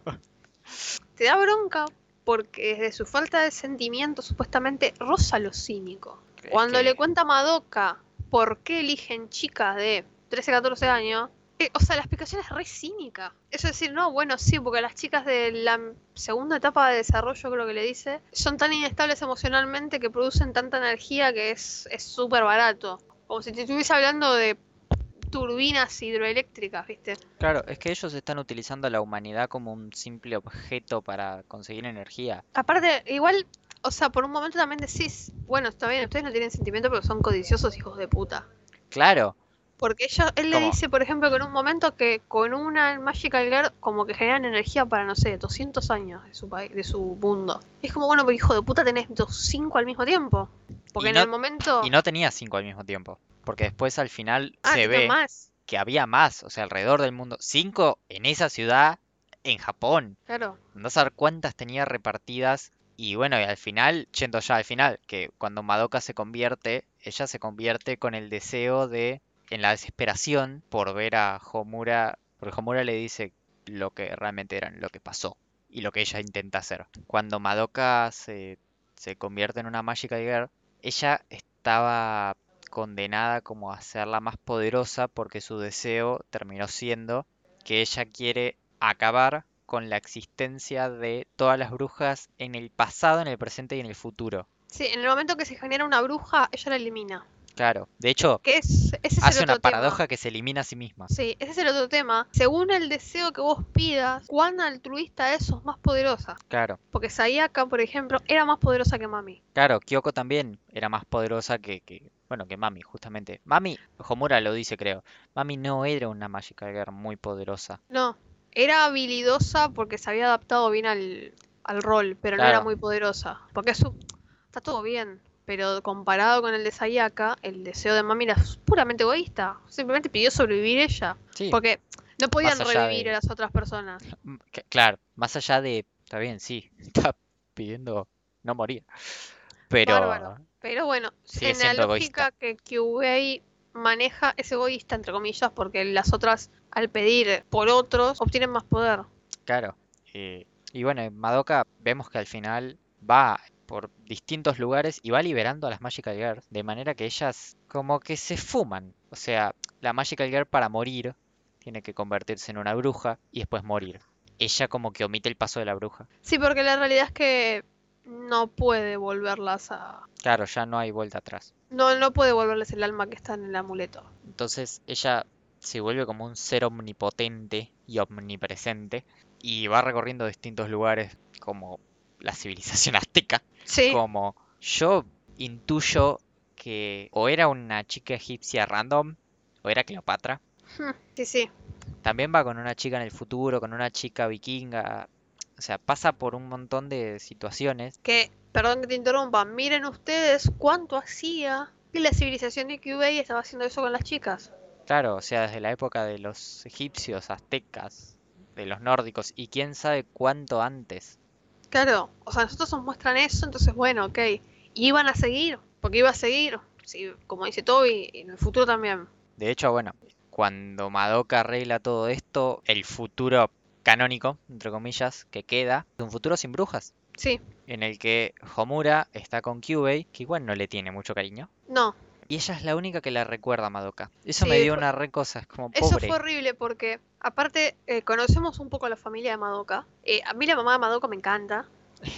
Te da bronca porque desde su falta de sentimiento supuestamente roza lo cínico. Es Cuando le que, cuenta a Madoka por qué eligen chicas de trece, catorce años, eh, o sea, la explicación es re cínica. Es decir, no, bueno, sí, porque las chicas de la segunda etapa de desarrollo, creo que le dice, son tan inestables emocionalmente que producen tanta energía que es es súper barato. Como si te estuviese hablando de turbinas hidroeléctricas, ¿viste? claro, es que ellos están utilizando a la humanidad como un simple objeto para conseguir energía. Aparte, igual, o sea, por un momento también decís, bueno, está bien, ustedes no tienen sentimiento, pero son codiciosos hijos de puta. Claro, Porque ellos, él le como, dice, por ejemplo, que en un momento que con una Magical Girl como que generan energía para, no sé, doscientos años de su país, de su mundo. Y es como, bueno, pero hijo de puta tenés dos, cinco al mismo tiempo. Porque y en no, el momento... y no tenía cinco al mismo tiempo, porque después al final Ah, se tenía ve más. que había más, o sea, alrededor del mundo. Cinco en esa ciudad, en Japón. Claro. No saber cuántas tenía repartidas. Y bueno, y al final, yendo ya al final, que cuando Madoka se convierte, ella se convierte con el deseo de, en la desesperación por ver a Homura, porque Homura le dice lo que realmente era, lo que pasó y lo que ella intenta hacer. Cuando Madoka se, se convierte en una Magical Girl, ella estaba condenada como a ser la más poderosa porque su deseo terminó siendo que ella quiere acabar con la existencia de todas las brujas en el pasado, en el presente y en el futuro. Sí, en el momento que se genera una bruja, ella la elimina. Claro, de hecho, Que es, ese es el hace una otro tema. paradoja que se elimina a sí misma. Sí, ese es el otro tema. Según el deseo que vos pidas, cuán altruista es, sos más poderosa. Claro, Porque Sayaka, por ejemplo, era más poderosa que Mami. claro, Kyoko también era más poderosa que, que, bueno, que Mami, justamente. Mami, Homura lo dice, creo. Mami no era una Magical Girl muy poderosa. No, era habilidosa porque se había adaptado bien al, al rol, pero no era Claro, muy poderosa. Porque eso está todo bien. Pero comparado con el de Sayaka, el deseo de Mami era puramente egoísta. Simplemente pidió sobrevivir ella. sí, Porque no podían más allá revivir a de, las otras personas. mm, c- claro, más allá de, está bien, sí, está pidiendo no morir, Bárbaro. pero Pero bueno, sigue en la siendo egoísta. lógica que Kyubey maneja es egoísta, entre comillas, porque las otras, al pedir por otros, obtienen más poder. Claro. eh, y bueno, en Madoka vemos que al final va por distintos lugares y va liberando a las Magical Girls, de manera que ellas como que se fuman. O sea, la Magical Girl para morir tiene que convertirse en una bruja y después morir. Ella como que omite el paso de la bruja. Sí, porque la realidad es que no puede volverlas a... Claro, ya no hay vuelta atrás. No, no puede volverles el alma que está en el amuleto. Entonces ella se vuelve como un ser omnipotente y omnipresente y va recorriendo distintos lugares como la civilización azteca, Sí, como yo intuyo que o era una chica egipcia random o era Cleopatra. hmm, sí, sí. También va con una chica en el futuro, con una chica vikinga. O sea, pasa por un montón de situaciones. Que, perdón que te interrumpa, miren ustedes cuánto hacía que la civilización de Kyubey estaba haciendo eso con las chicas. Claro, o sea, desde la época de los egipcios, aztecas, de los nórdicos y quién sabe cuánto antes. Claro, o sea, nosotros nos muestran eso, entonces bueno, ok. Y iban a seguir, porque iba a seguir, sí, como dice Toby, y en el futuro también. De hecho, bueno, cuando Madoka arregla todo esto, el futuro canónico, entre comillas, que queda, es un futuro sin brujas, Sí, en el que Homura está con Kyubey, que igual no le tiene mucho cariño. no, Y ella es la única que la recuerda a Madoka. Eso me Sí, dio fue- una re cosa, es como eso pobre. fue horrible porque, aparte, eh, conocemos un poco a la familia de Madoka. Eh, a mí la mamá de Madoka me encanta.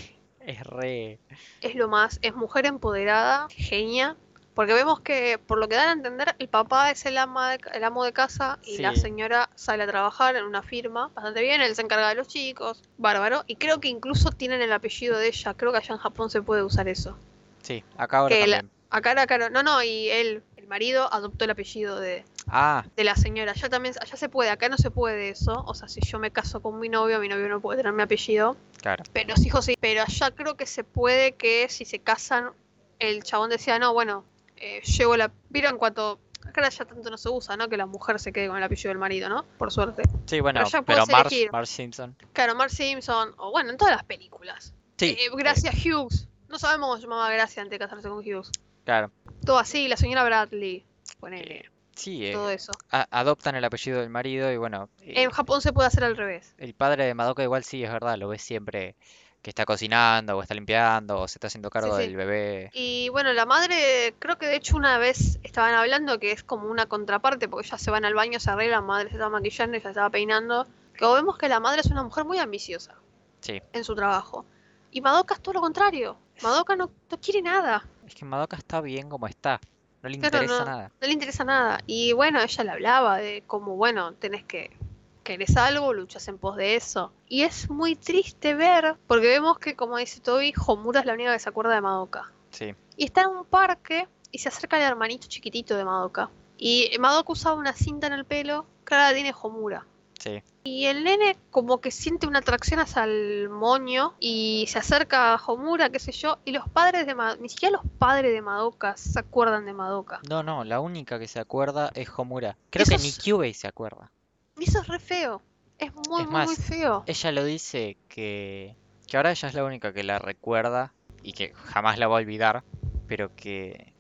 Es re... Es lo más, es mujer empoderada, genia. Porque vemos que, por lo que dan a entender, el papá es el, ama de ca- el amo de casa y la Sí, señora sale a trabajar en una firma bastante bien. Él se encarga de los chicos, bárbaro. Y creo que incluso tienen el apellido de ella. Creo que allá en Japón se puede usar eso. sí, acá ahora Que el, también. acá era caro. No, no, y él, el marido, adoptó el apellido de, Ah, de la señora. Allá también, allá se puede, acá no se puede eso. O sea, si yo me caso con mi novio, mi novio no puede tener mi apellido. claro. Pero los hijos sí. Pero allá creo que se puede que si se casan, el chabón decía, no, bueno, eh, llevo la... Vieron en cuanto... Acá ya tanto no se usa, ¿no? Que la mujer se quede con el apellido del marido, ¿no? Por suerte. Sí, bueno, Pero ya pero puedes Marge, elegir. Marge Simpson. Claro, Mark Simpson, o bueno, en todas las películas. Sí, Eh, Gracia Hughes. No sabemos cómo se llamaba Gracia antes de casarse con Hughes. claro. Todo así, la señora Bradley. Ponele. Sí, eh, Todo eso. a- adoptan el apellido del marido y bueno, eh, En Japón se puede hacer al revés. el padre de Madoka igual sí, es verdad, lo ves siempre que está cocinando o está limpiando o se está haciendo Sí, cargo sí. del bebé. Y bueno, la madre, creo que de hecho una vez estaban hablando que es como una contraparte, porque ya se van al baño, se arreglan, la madre se estaba maquillando y se estaba peinando. Que vemos que la madre es una mujer muy ambiciosa Sí, en su trabajo. Y Madoka es todo lo contrario. Madoka no, no quiere nada. es que Madoka está bien como está, no le Claro, interesa no, nada. no le interesa nada. Y bueno, ella le hablaba de cómo, bueno, tenés que, querés algo, luchas en pos de eso. Y es muy triste ver, porque vemos que, como dice Toby, Homura es la única que se acuerda de Madoka. Sí, Y está en un parque y se acerca al hermanito chiquitito de Madoka. Y Madoka usaba una cinta en el pelo, que ahora la tiene Homura. sí. Y el nene como que siente una atracción hacia el moño y se acerca a Homura, qué sé yo, y los padres de Madoka, ni siquiera los padres de Madoka se acuerdan de Madoka. No, no, la única que se acuerda es Homura. Creo Eso que es- ni Kyubey se acuerda. Y eso es re feo. Es muy, Es muy, muy más, feo. ella lo dice que, que ahora ella es la única que la recuerda y que jamás la va a olvidar, pero que...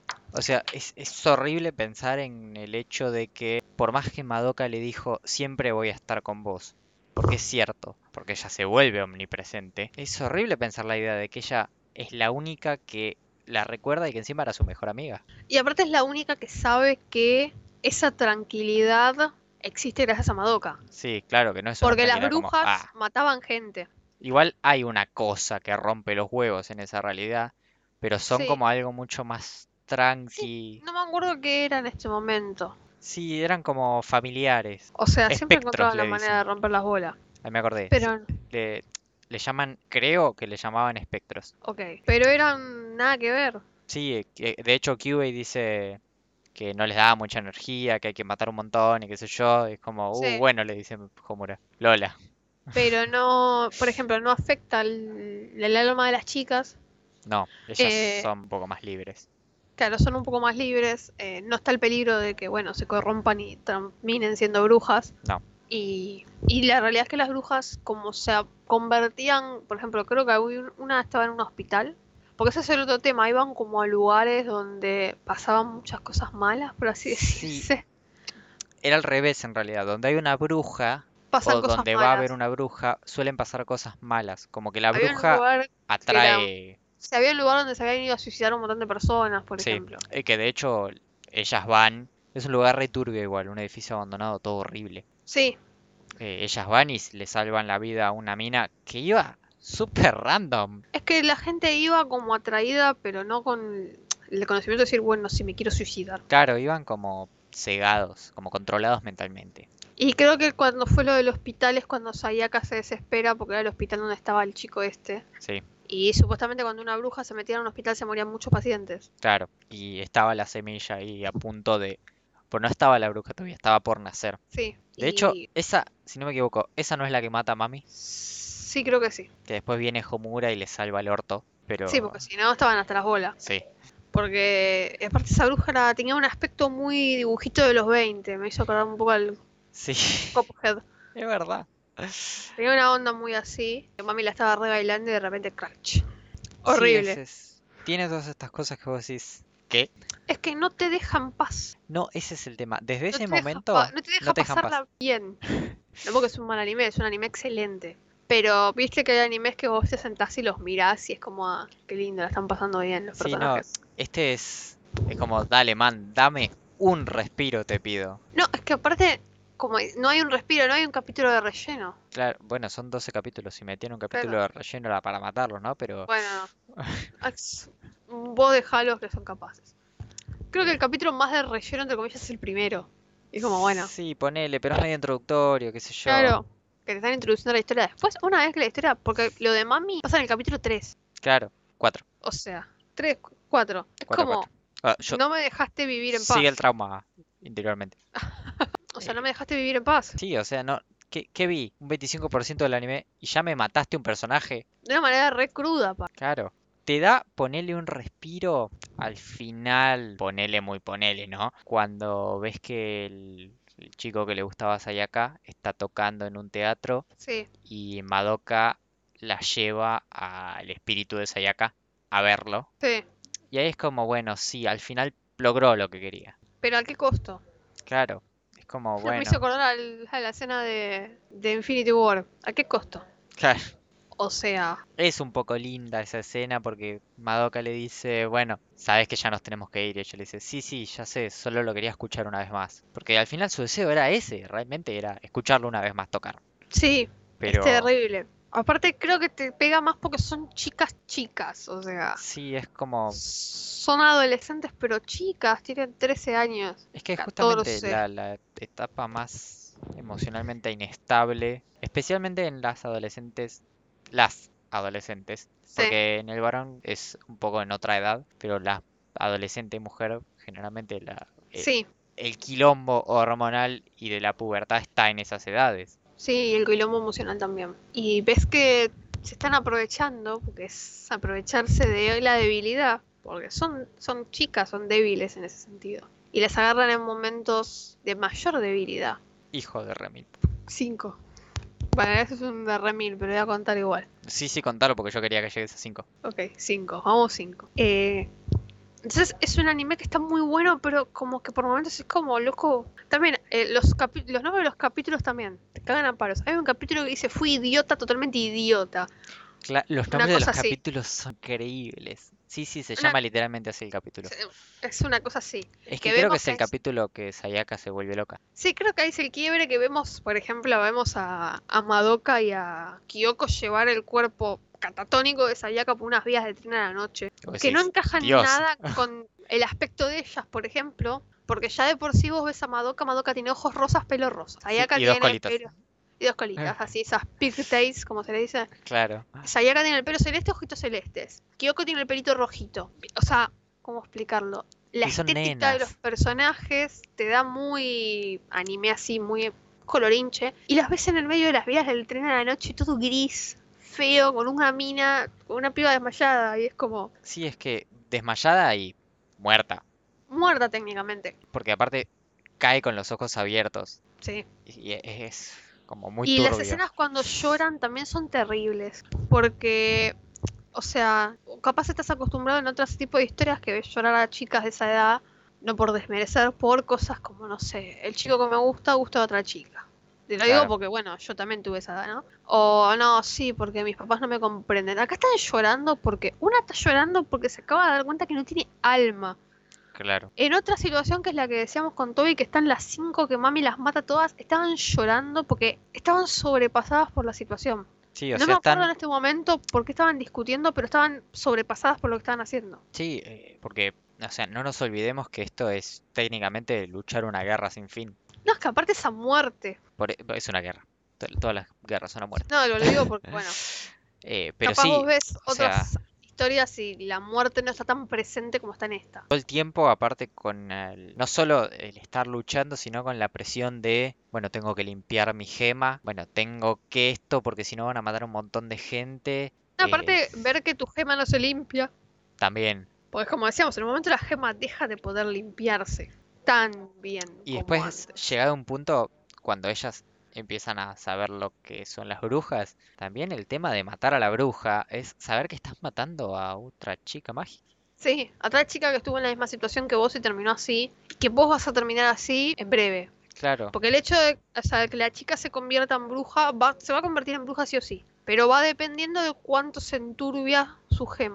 O sea, es, es horrible pensar en el hecho de que por más que Madoka le dijo siempre voy a estar con vos, porque es cierto, porque ella se vuelve omnipresente, es horrible pensar la idea de que ella es la única que la recuerda y que encima era su mejor amiga. Y aparte es la única que sabe que esa tranquilidad existe gracias a Madoka. Sí, claro que no es una Porque las tranquilidad como, brujas ah, mataban gente. igual hay una cosa que rompe los huevos en esa realidad, pero son Sí, como algo mucho más sí. tranqui. No me acuerdo qué era en este momento. Sí, eran como familiares. O sea, siempre Espectros encontraban la le manera de dicen. romper las bolas. Ahí me acordé. Sí, Pero, le, le llaman, creo que le llamaban espectros. ok. Pero eran nada que ver. Sí, eh, que- de hecho Kyubey dice que no les daba mucha energía, que hay que matar un montón y qué sé yo. Es como, uh, Sí. bueno, le dice Homura. Lola. Pero no, por ejemplo, no afecta el, el alma de las chicas. No, ellas Eh, son un poco más libres. claro, son un poco más libres. Eh, no está el peligro de que, bueno, se corrompan y terminen siendo brujas. No, Y, y la realidad es que las brujas, como se convertían, por ejemplo, creo que había un- una estaba en un hospital. Porque ese es el otro tema, iban como a lugares donde pasaban muchas cosas malas, por así sí, decirse. era al revés en realidad. Donde hay una bruja Pasan o cosas donde va a haber malas. una bruja, suelen pasar cosas malas. Como que la Había un bruja lugar que era, atrae. o sea, había un lugar donde se habían ido a suicidar un montón de personas, por Sí, ejemplo. eh, que de hecho ellas van. Es un lugar re turbio igual, un edificio abandonado, todo horrible. Sí, Eh, ellas van y s- le salvan la vida a una mina que iba súper random. es que la gente iba como atraída, pero no con el conocimiento de decir, bueno, si me quiero suicidar. Claro, iban como cegados, como controlados mentalmente. Y creo que cuando fue lo del hospital es cuando Sayaka se desespera porque era el hospital donde estaba el chico este. Sí, Y supuestamente cuando una bruja se metía en un hospital se morían muchos pacientes. claro. Y estaba la semilla ahí a punto de... Pues no estaba la bruja todavía, estaba por nacer. Sí. De hecho, Y esa, si no me equivoco, esa no es la que mata a Mami, sí, creo que sí. que después viene Homura y le salva el orto, pero Sí, porque si no estaban hasta las bolas. sí, Porque aparte esa bruja era- tenía un aspecto muy dibujito de los veinte. Me hizo acordar un poco al sí, Cuphead. es verdad. Tenía una onda muy así. Que Mami la estaba re bailando y de repente crash. Sí, Horrible. ese es- tiene todas estas cosas que vos decís, ¿qué? Es que no te dejan paz. No, ese es el tema. Desde No ese te deja momento pa- no te deja no te dejan paz. pasarla bien. No porque es un mal anime, es un anime excelente. Pero viste que hay animes que vos te sentás y los mirás y es como, ah, qué lindo, la están pasando bien los Sí, no, personajes. este es Es como, dale, man, dame un respiro, te pido. No, es que aparte, como no hay un respiro, no hay un capítulo de relleno. Claro, bueno, son doce capítulos. Y metían un capítulo Claro. de relleno era para matarlos, ¿no? Pero Bueno, ex- vos dejalos que son capaces. Creo que el capítulo más de relleno, entre comillas, es el primero. Y es como, bueno, sí, ponele, pero es medio introductorio, qué sé yo. claro, que te están introduciendo a la historia después, una vez que la historia, porque lo de Mami pasa en el capítulo tres. Claro, cuatro, O sea, tres, cuatro. Es cuatro, como, cuatro. Ah, yo no me dejaste vivir en sigue el paz. trauma interiormente. O sea, Eh, no me dejaste vivir en paz. sí, o sea, no. ¿Qué, qué vi? Un veinticinco por ciento del anime y ya me mataste un personaje. De una manera re cruda, pa. Claro. Te da ponele un respiro al final, ponele muy ponele, ¿no? Cuando ves que el, el chico que le gustaba a Sayaka está tocando en un teatro Sí, y Madoka la lleva al espíritu de Sayaka a verlo. sí. Y ahí es como, bueno, sí, al final logró lo que quería. Pero ¿a qué costo? Claro, es como, Me hizo bueno, acordar al- a la escena de, de Infinity War. ¿A qué costo? claro. O sea, Es un poco linda esa escena porque Madoka le dice, bueno, sabes que ya nos tenemos que ir. Y ella le dice, sí, sí, ya sé, solo lo quería escuchar una vez más. Porque al final su deseo era ese, realmente era escucharlo una vez más tocar. sí, es Pero terrible. Aparte creo que te pega más porque son chicas chicas, o sea, sí, es como, son adolescentes pero chicas, tienen trece años, es que es justamente catorce. la, la etapa más emocionalmente inestable, especialmente en las adolescentes, las adolescentes, Sí, porque en el varón es un poco en otra edad, pero la adolescente mujer generalmente la, eh, sí, el quilombo hormonal y de la pubertad está en esas edades. sí, y el quilombo emocional también. Y ves que se están aprovechando, porque es aprovecharse de la debilidad, porque son, son chicas, son débiles en ese sentido. Y las agarran en momentos de mayor debilidad. Hijo de remil. Cinco. Bueno, eso es un de remil, pero voy a contar igual. Sí, sí, contalo porque yo quería que llegues a cinco. Ok, cinco, vamos cinco. Eh, entonces es un anime que está muy bueno, pero como que por momentos es como loco. También, eh, los, capi- los nombres de los capítulos también te cagan a palos. Hay un capítulo que dice fui idiota, totalmente idiota. Cla- los Una nombres de los cosa así. capítulos son increíbles. Sí, sí, se Una, llama literalmente así el capítulo. es una cosa así. Es Que que creo que vemos es que el es. capítulo que Sayaka se vuelve loca. Sí, creo que ahí es el quiebre que vemos, por ejemplo, vemos a, a Madoka y a Kyoko llevar el cuerpo catatónico de Sayaka por unas vías de tren a la noche. Y vos Que no decís, encajan Dios. nada con el aspecto de ellas, por ejemplo. Porque ya de por sí vos ves a Madoka, Madoka tiene ojos rosas, pelo rosa. Sí, Sayaka y dos tiene colitas. pelo. Y dos colitas, así, esas pigtails, como se le dice. Claro. Sayaka tiene el pelo celeste, ojitos celestes. Kyoko tiene el pelito rojito. O sea, ¿cómo explicarlo? La Y son estética de los nenas. personajes te da muy anime así, muy colorinche. Y las ves en el medio de las vías del tren a la noche, todo gris, feo, con una mina, con una piba desmayada. Y es como Sí, es que desmayada y muerta. muerta técnicamente. Porque aparte cae con los ojos abiertos. Sí. Y e- es como muy Y las turbio. escenas cuando lloran también son terribles. Porque, o sea, capaz estás acostumbrado en otros tipos de historias que ves llorar a chicas de esa edad, no por desmerecer, por cosas como, no sé, el chico que me gusta gusta a otra chica. Te lo digo Claro. porque, bueno, yo también tuve esa edad, ¿no? O no, sí, porque mis papás no me comprenden. Acá están llorando porque, una está llorando porque se acaba de dar cuenta que no tiene alma. Claro. En otra situación que es la que decíamos con Toby, que están las cinco que mami las mata todas, estaban llorando porque estaban sobrepasadas por la situación. Sí, o No sea, me acuerdo en están... este momento por qué estaban discutiendo, pero estaban sobrepasadas por lo que estaban haciendo. Sí, eh, porque, o sea, no nos olvidemos que esto es técnicamente luchar una guerra sin fin. No, es que aparte esa muerte. Por e- es una guerra. To- Todas las guerras son a muerte. No, lo digo porque, bueno, Eh, pero capaz vos sí, ves o sea, otras historias y la muerte no está tan presente como está en esta. todo el tiempo, aparte con el- no solo el estar luchando, sino con la presión de, bueno, tengo que limpiar mi gema, bueno, tengo que esto porque si no van a matar a un montón de gente. No, eh, aparte, ver que tu gema no se limpia. también. Porque como decíamos, en el momento la gema deja de poder limpiarse tan bien Y como después, antes. llegado a un punto, cuando ellas empiezan a saber lo que son las brujas, también el tema de matar a la bruja es saber que estás matando a otra chica mágica. Sí, a otra chica que estuvo en la misma situación que vos y terminó así, y que vos vas a terminar así en breve. Claro, Porque el hecho de, o sea, de que la chica se convierta en bruja, va, se va a convertir en bruja sí o sí. Pero va dependiendo de cuánto se enturbia su gema.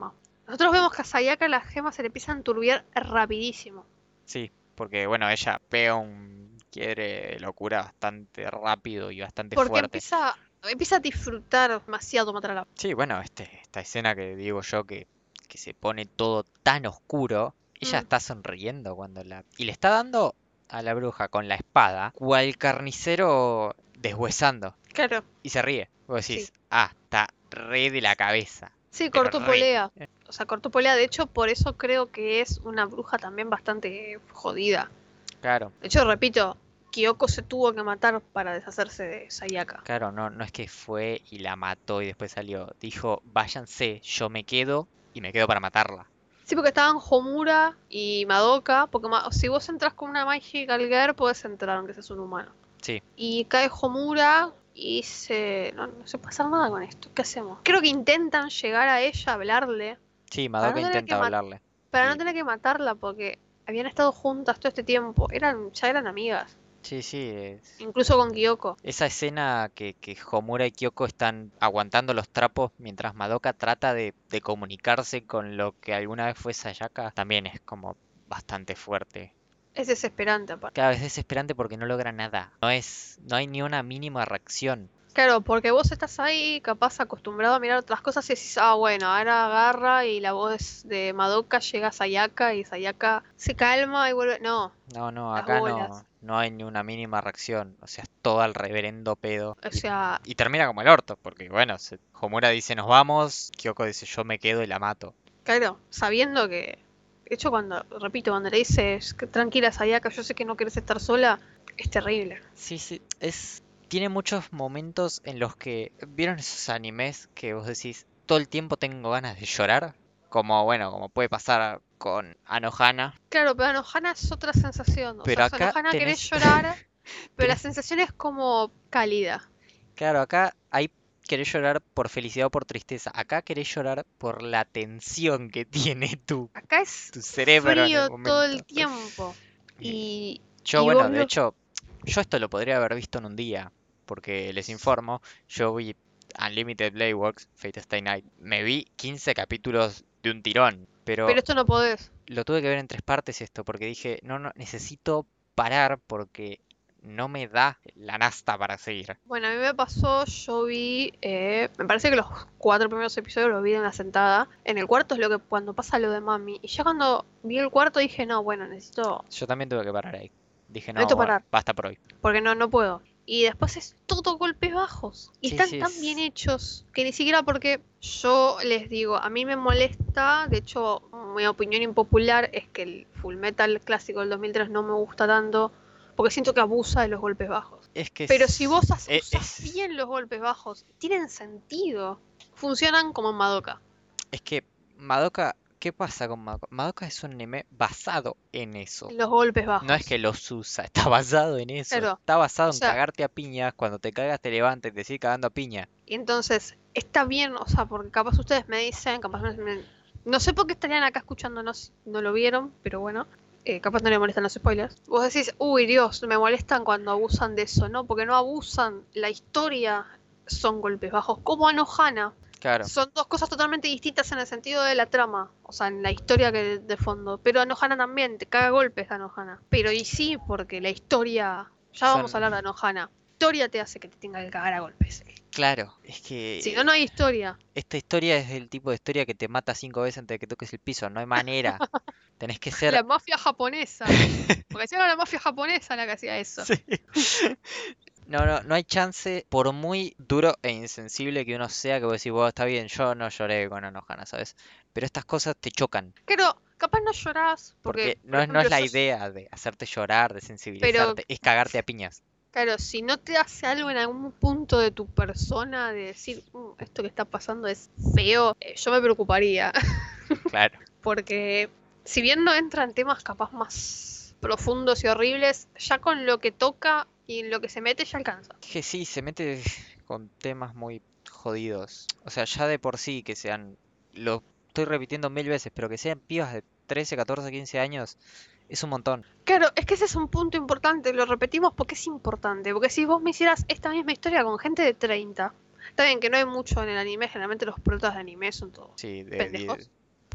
Nosotros vemos que a Sayaka las gemas se le empiezan a enturbiar rapidísimo. Sí, porque bueno, ella pega un quiebre de locura bastante rápido y bastante Porque fuerte. empieza, empieza a disfrutar demasiado matar a la... Sí, bueno, este, esta escena que digo yo que, que se pone todo tan oscuro, ella Mm, está sonriendo cuando la... Y le está dando a la bruja con la espada, cual carnicero deshuesando. claro, Y se ríe. Vos sí. decís, ah, está re de la cabeza. Sí, Pero cortó re. polea. O sea, cortó polea. De hecho, por eso creo que es una bruja también bastante jodida. Claro, De hecho, repito, Kyoko se tuvo que matar para deshacerse de Sayaka. claro, no, no es que fue y la mató y después salió. Dijo, váyanse, yo me quedo y me quedo para matarla. Sí, porque estaban Homura y Madoka. Porque ma- si vos entras con una Magical Girl, podés entrar, aunque seas un humano. Sí, Y cae Homura y se... No, no se pasa nada con esto. ¿Qué hacemos? Creo que intentan llegar a ella, hablarle. sí, Para Madoka no tener que, intenta ma- hablarle. para no Y- tener que matarla, porque habían estado juntas todo este tiempo. Eran, ya eran amigas. Sí, sí, es- Incluso con Kyoko. esa escena que, que Homura y Kyoko están aguantando los trapos mientras Madoka trata de, de comunicarse con lo que alguna vez fue Sayaka, también es como bastante fuerte. Es desesperante, aparte. Cada vez es desesperante porque no logra nada. No es, no hay ni una mínima reacción. Claro, porque vos estás ahí, capaz acostumbrado a mirar otras cosas y decís, ah, bueno, ahora agarra y la voz de Madoka llega a Sayaka y Sayaka se calma y vuelve. No, No, no, las acá bolas. no, no hay ni una mínima reacción. O sea, es todo al reverendo pedo. O Y, sea, y termina como el orto, porque bueno, se- Homura dice nos vamos, Kyoko dice yo me quedo y la mato. claro, sabiendo que. De hecho, cuando, repito, cuando le dices, que tranquila Sayaka, yo sé que no quieres estar sola, es terrible. Sí, sí, es... Tiene muchos momentos en los que... ¿Vieron esos animes que vos decís todo el tiempo tengo ganas de llorar? Como, bueno, como puede pasar con Anohana. Claro, pero Anohana es otra sensación. O Pero sea, acá Anohana querés tenés... llorar, pero la tenés- sensación es como cálida. Claro, acá hay querés llorar por felicidad o por tristeza. Acá querés llorar por la tensión que tiene tu, Acá es tu cerebro en el frío todo el momento. tiempo. Y Y, yo, y bueno, vos de lo... hecho, yo esto lo podría haber visto en un día, porque les informo, yo vi Unlimited Blade Works, Fate Stay Night, me vi quince capítulos de un tirón, Pero pero esto no podés. lo tuve que ver en tres partes esto, porque dije, no, no, necesito parar porque no me da la nasta para seguir. Bueno, a mí me pasó, yo vi, eh, me parece que los cuatro primeros episodios los vi en la sentada. En el cuarto es lo que cuando pasa lo de mami. Y ya cuando vi el cuarto dije, no, bueno, necesito, Yo también tuve que parar ahí. Dije, no, necesito bueno, parar, basta por hoy. porque no, no puedo. Y después es todo golpes bajos. Y Sí, están sí, tan es... bien hechos que ni siquiera porque yo les digo, a mí me molesta, de hecho, mi opinión impopular es que el Full Metal clásico del dos mil tres no me gusta tanto, porque siento que abusa de los golpes bajos. Es que Pero es- si vos as- e- usás es- bien los golpes bajos, tienen sentido. Funcionan como en Madoka. Es que Madoka, ¿qué pasa con Madoka? Madoka es un anime basado en eso. Los golpes bajos. No es que los usa, está basado en eso. Claro. Está basado O en sea- cagarte a piñas, cuando te cagas te levantas y te sigues cagando a piña. Y entonces, está bien, o sea, porque capaz ustedes me dicen, capaz me... me- no sé por qué estarían acá escuchándonos, no lo vieron, pero bueno. Eh, capaz no le molestan los spoilers. Vos decís, uy Dios, me molestan cuando abusan de eso, ¿no? Porque no abusan, la historia son golpes bajos, como Anohana. Claro, Son dos cosas totalmente distintas en el sentido de la trama, o sea, en la historia que de fondo. Pero Anohana también, te caga golpes Anohana. Pero y sí, porque la historia, ya vamos Son- a hablar de Anohana. La historia te hace que te tenga que cagar a golpes. claro. Es que Si no, no hay historia. esta historia es el tipo de historia que te mata cinco veces antes de que toques el piso. No hay manera. Tenés que ser... La mafia japonesa. Porque si era la mafia japonesa la que hacía eso. Sí. No, no, no hay chance, por muy duro e insensible que uno sea, que vos decís, vos está bien, yo no lloré con Anohana, ¿sabes? Pero estas cosas te chocan, Pero capaz no llorás. Porque, porque por no es, no es ejemplo, la yo- idea de hacerte llorar, de sensibilizarte, es cagarte a piñas. Claro, si no te hace algo en algún punto de tu persona de decir, "Mm, esto que está pasando es feo, eh, yo me preocuparía. Claro. Porque si bien no entra en temas capaz más profundos y horribles, ya con lo que toca y en lo que se mete ya alcanza. Es que sí, se mete con temas muy jodidos. O sea, ya de por sí que sean, lo estoy repitiendo mil veces, pero que sean pibas de trece, catorce, quince años, es un montón. Claro, es que ese es un punto importante, lo repetimos porque es importante, porque si vos me hicieras esta misma historia con gente de treinta, está bien que no hay mucho en el anime, generalmente los protas de anime son todos Sí, de, pendejos. die-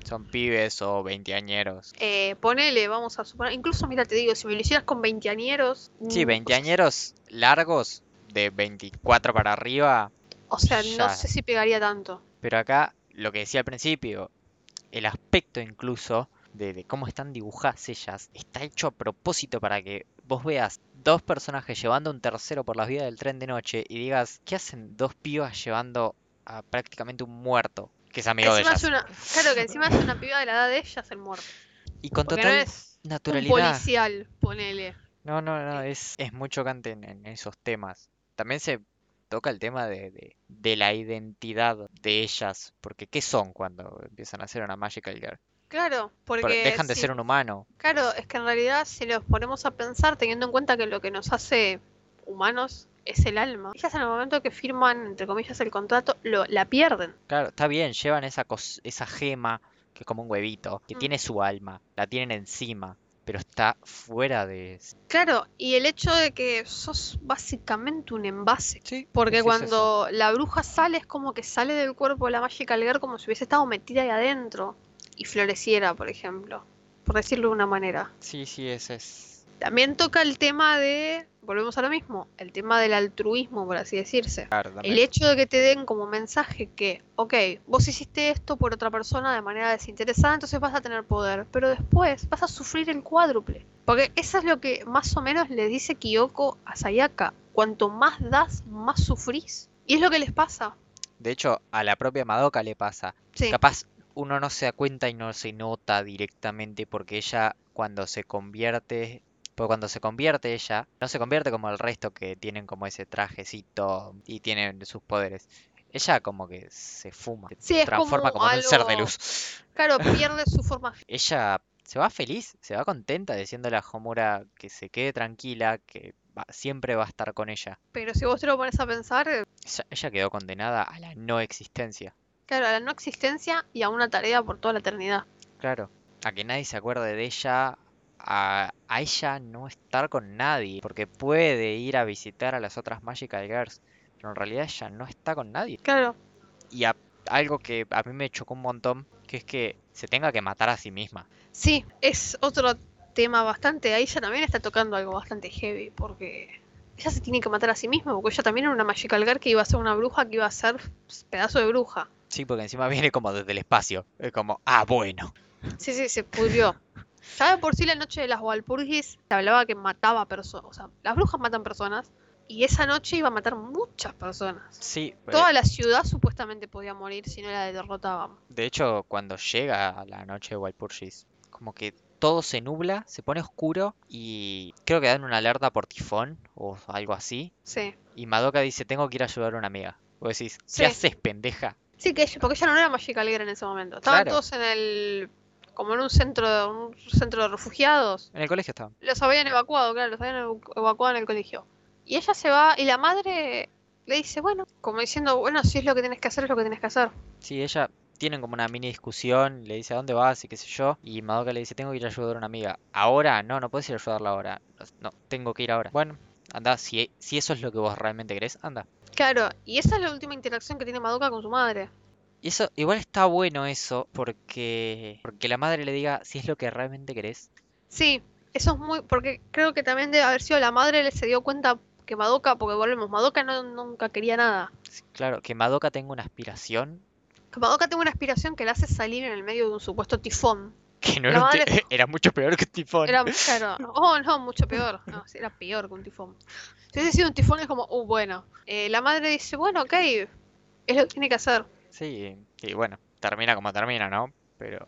Son pibes o veinteañeros. Eh, ponele, vamos a suponer, incluso mira, te digo, si me lo hicieras con veinteañeros, Sí, mm, o sea, veinteañeros largos, de veinticuatro para arriba, o sea, no ya. sé si pegaría tanto. Pero acá, lo que decía al principio, el aspecto incluso de, de cómo están dibujadas ellas, está hecho a propósito para que vos veas dos personajes llevando a un tercero por las vías del tren de noche y digas, ¿qué hacen dos pibas llevando a prácticamente un muerto, que es Que amigo de encima es ellas? una, claro, que encima es una piba de la edad de ellas el muerto. Y con Porque no total es un naturalidad. policial, ponele. No, no, no, Eh, es, es muy chocante en, en esos temas. También se toca el tema de, de, de la identidad de ellas, porque ¿qué son cuando empiezan a ser una Magical Girl? claro, Por- porque dejan de sí. ser un humano. Claro, es que en realidad si nos ponemos a pensar, teniendo en cuenta que lo que nos hace humanos es el alma, ellas en el momento que firman, entre comillas, el contrato, lo, la pierden. Claro, está bien, llevan esa, cos- esa gema, que es como un huevito, que Mm. tiene su alma, la tienen encima, pero está fuera de... Claro, y el hecho de que sos básicamente un envase. Sí, Porque es que es eso. cuando la bruja sale es como que sale del cuerpo de la Magical Girl como si hubiese estado metida ahí adentro y floreciera, por ejemplo. Por decirlo de una manera. Sí, sí, ese es... También toca el tema de, volvemos a lo mismo, el tema del altruismo, por así decirse. Claro, El también. hecho de que te den como mensaje que, ok, vos hiciste esto por otra persona de manera desinteresada, entonces vas a tener poder, pero después vas a sufrir el cuádruple. Porque eso es lo que más o menos le dice Kyoko a Sayaka. Cuanto más das, más sufrís. Y es lo que les pasa. De hecho, a la propia Madoka le pasa. Sí, Capaz uno no se da cuenta y no se nota directamente porque ella cuando se convierte, porque cuando se convierte ella, no se convierte como el resto que tienen como ese trajecito y tienen sus poderes. Ella como que se fuma, sí, se es transforma como como en un ser de algo... luz. Claro, pierde su forma. Ella se va feliz, se va contenta diciéndole a Homura que se quede tranquila, que va- siempre va a estar con ella. Pero si vos te lo pones a pensar, eh, Ella, ella quedó condenada a la no existencia. claro, a la no existencia y a una tarea por toda la eternidad. Claro, a que nadie se acuerde de ella, a, a ella no estar con nadie, porque puede ir a visitar a las otras Magical Girls, pero en realidad ella no está con nadie. Claro, Y a- algo que a mí me chocó un montón, que es que se tenga que matar a sí misma. sí, es otro tema bastante. Ahí ella también está tocando algo bastante heavy, porque ella se tiene que matar a sí misma, porque ella también era una Magical Girl que iba a ser una bruja, que iba a ser pedazo de bruja. Sí, porque encima viene como desde el espacio. Es como, ah, bueno. Sí, sí, se pudrió. Ya de por sí la noche de las Walpurgis se hablaba que mataba personas, o sea, las brujas matan personas, y esa noche iba a matar muchas personas. Sí, eh, Toda la ciudad supuestamente podía morir si no la derrotaban. de hecho, cuando llega a la noche de Walpurgis, como que todo se nubla, se pone oscuro y creo que dan una alerta por tifón o algo así. Sí. Y Madoka dice, tengo que ir a ayudar a una amiga. Vos decís, ¿qué Sí. haces, pendeja? Sí, que ella, porque ella no era Magical Girl en ese momento. Estaban Claro. todos en el. Como en un centro, un centro de refugiados. En el colegio estaban. Los habían evacuado, claro, los habían evacu- evacuado en el colegio. Y ella se va, y la madre le dice, bueno, como diciendo, bueno, si es lo que tienes que hacer, es lo que tienes que hacer. Sí, ella tienen como una mini discusión, le dice, ¿a dónde vas? Y qué sé yo. Y Madoka le dice, tengo que ir a ayudar a una amiga. ¿Ahora? No, no puedes ir a ayudarla ahora. No, no, tengo que ir ahora. Bueno, anda, si, si eso es lo que vos realmente querés, anda. Claro, y esa es la última interacción que tiene Madoka con su madre. Y eso, igual está bueno eso, porque, porque la madre le diga si es lo que realmente querés. Sí, eso es muy. Porque creo que también debe haber sido la madre, le se dio cuenta que Madoka, porque volvemos, Madoka no, nunca quería nada. Sí, claro, que Madoka tenga una aspiración Que Madoka tiene una aspiración que la hace salir en el medio de un supuesto tifón. que no La era un ti- madre- era mucho peor que un tifón. Era, claro, oh no, mucho peor. No, sí, era peor que un tifón. Si hubiese sido un tifón es como, uh, bueno. Eh, la madre dice, bueno, ok, es lo que tiene que hacer. Sí, y bueno, termina como termina, ¿no? Pero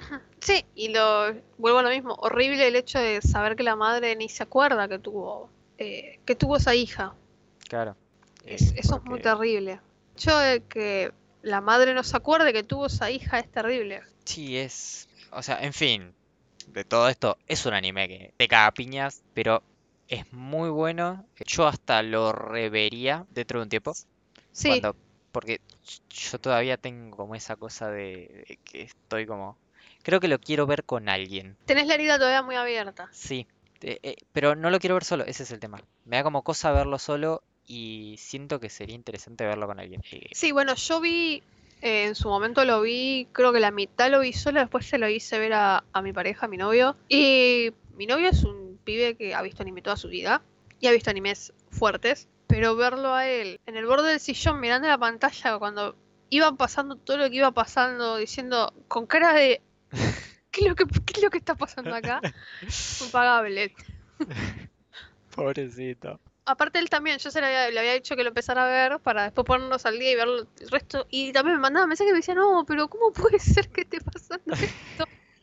Sí, y lo vuelvo a lo mismo. Horrible el hecho de saber que la madre ni se acuerda que tuvo, eh, que tuvo esa hija. claro. Es- eh, eso es muy porque- terrible. El hecho de que la madre no se acuerde que tuvo esa hija es terrible. Sí, es... O sea, en fin, de todo esto, es un anime que te caga a piñas, pero es muy bueno. Yo hasta lo revería dentro de un tiempo. Sí, Cuando, porque yo todavía tengo como esa cosa de, de que estoy como... Creo que lo quiero ver con alguien. tenés la herida todavía muy abierta. Sí, eh, eh, pero no lo quiero ver solo, ese es el tema. Me da como cosa verlo solo y siento que sería interesante verlo con alguien. Eh, Sí, bueno, yo vi Eh, en su momento lo vi, creo que la mitad lo vi sola, después se lo hice ver a, a mi pareja, a mi novio. Y mi novio es un pibe que ha visto anime toda su vida y ha visto animes fuertes, pero verlo a él en el borde del sillón mirando la pantalla cuando iba pasando todo lo que iba pasando, diciendo con cara de ¿qué es lo que, qué es lo que está pasando acá? Impagable. Pobrecito. Aparte él también, yo se le había, le había dicho que lo empezara a ver para después ponernos al día y ver el resto. Y también me mandaba mensajes y me decía, no, pero ¿cómo puede ser que esté pasando esto?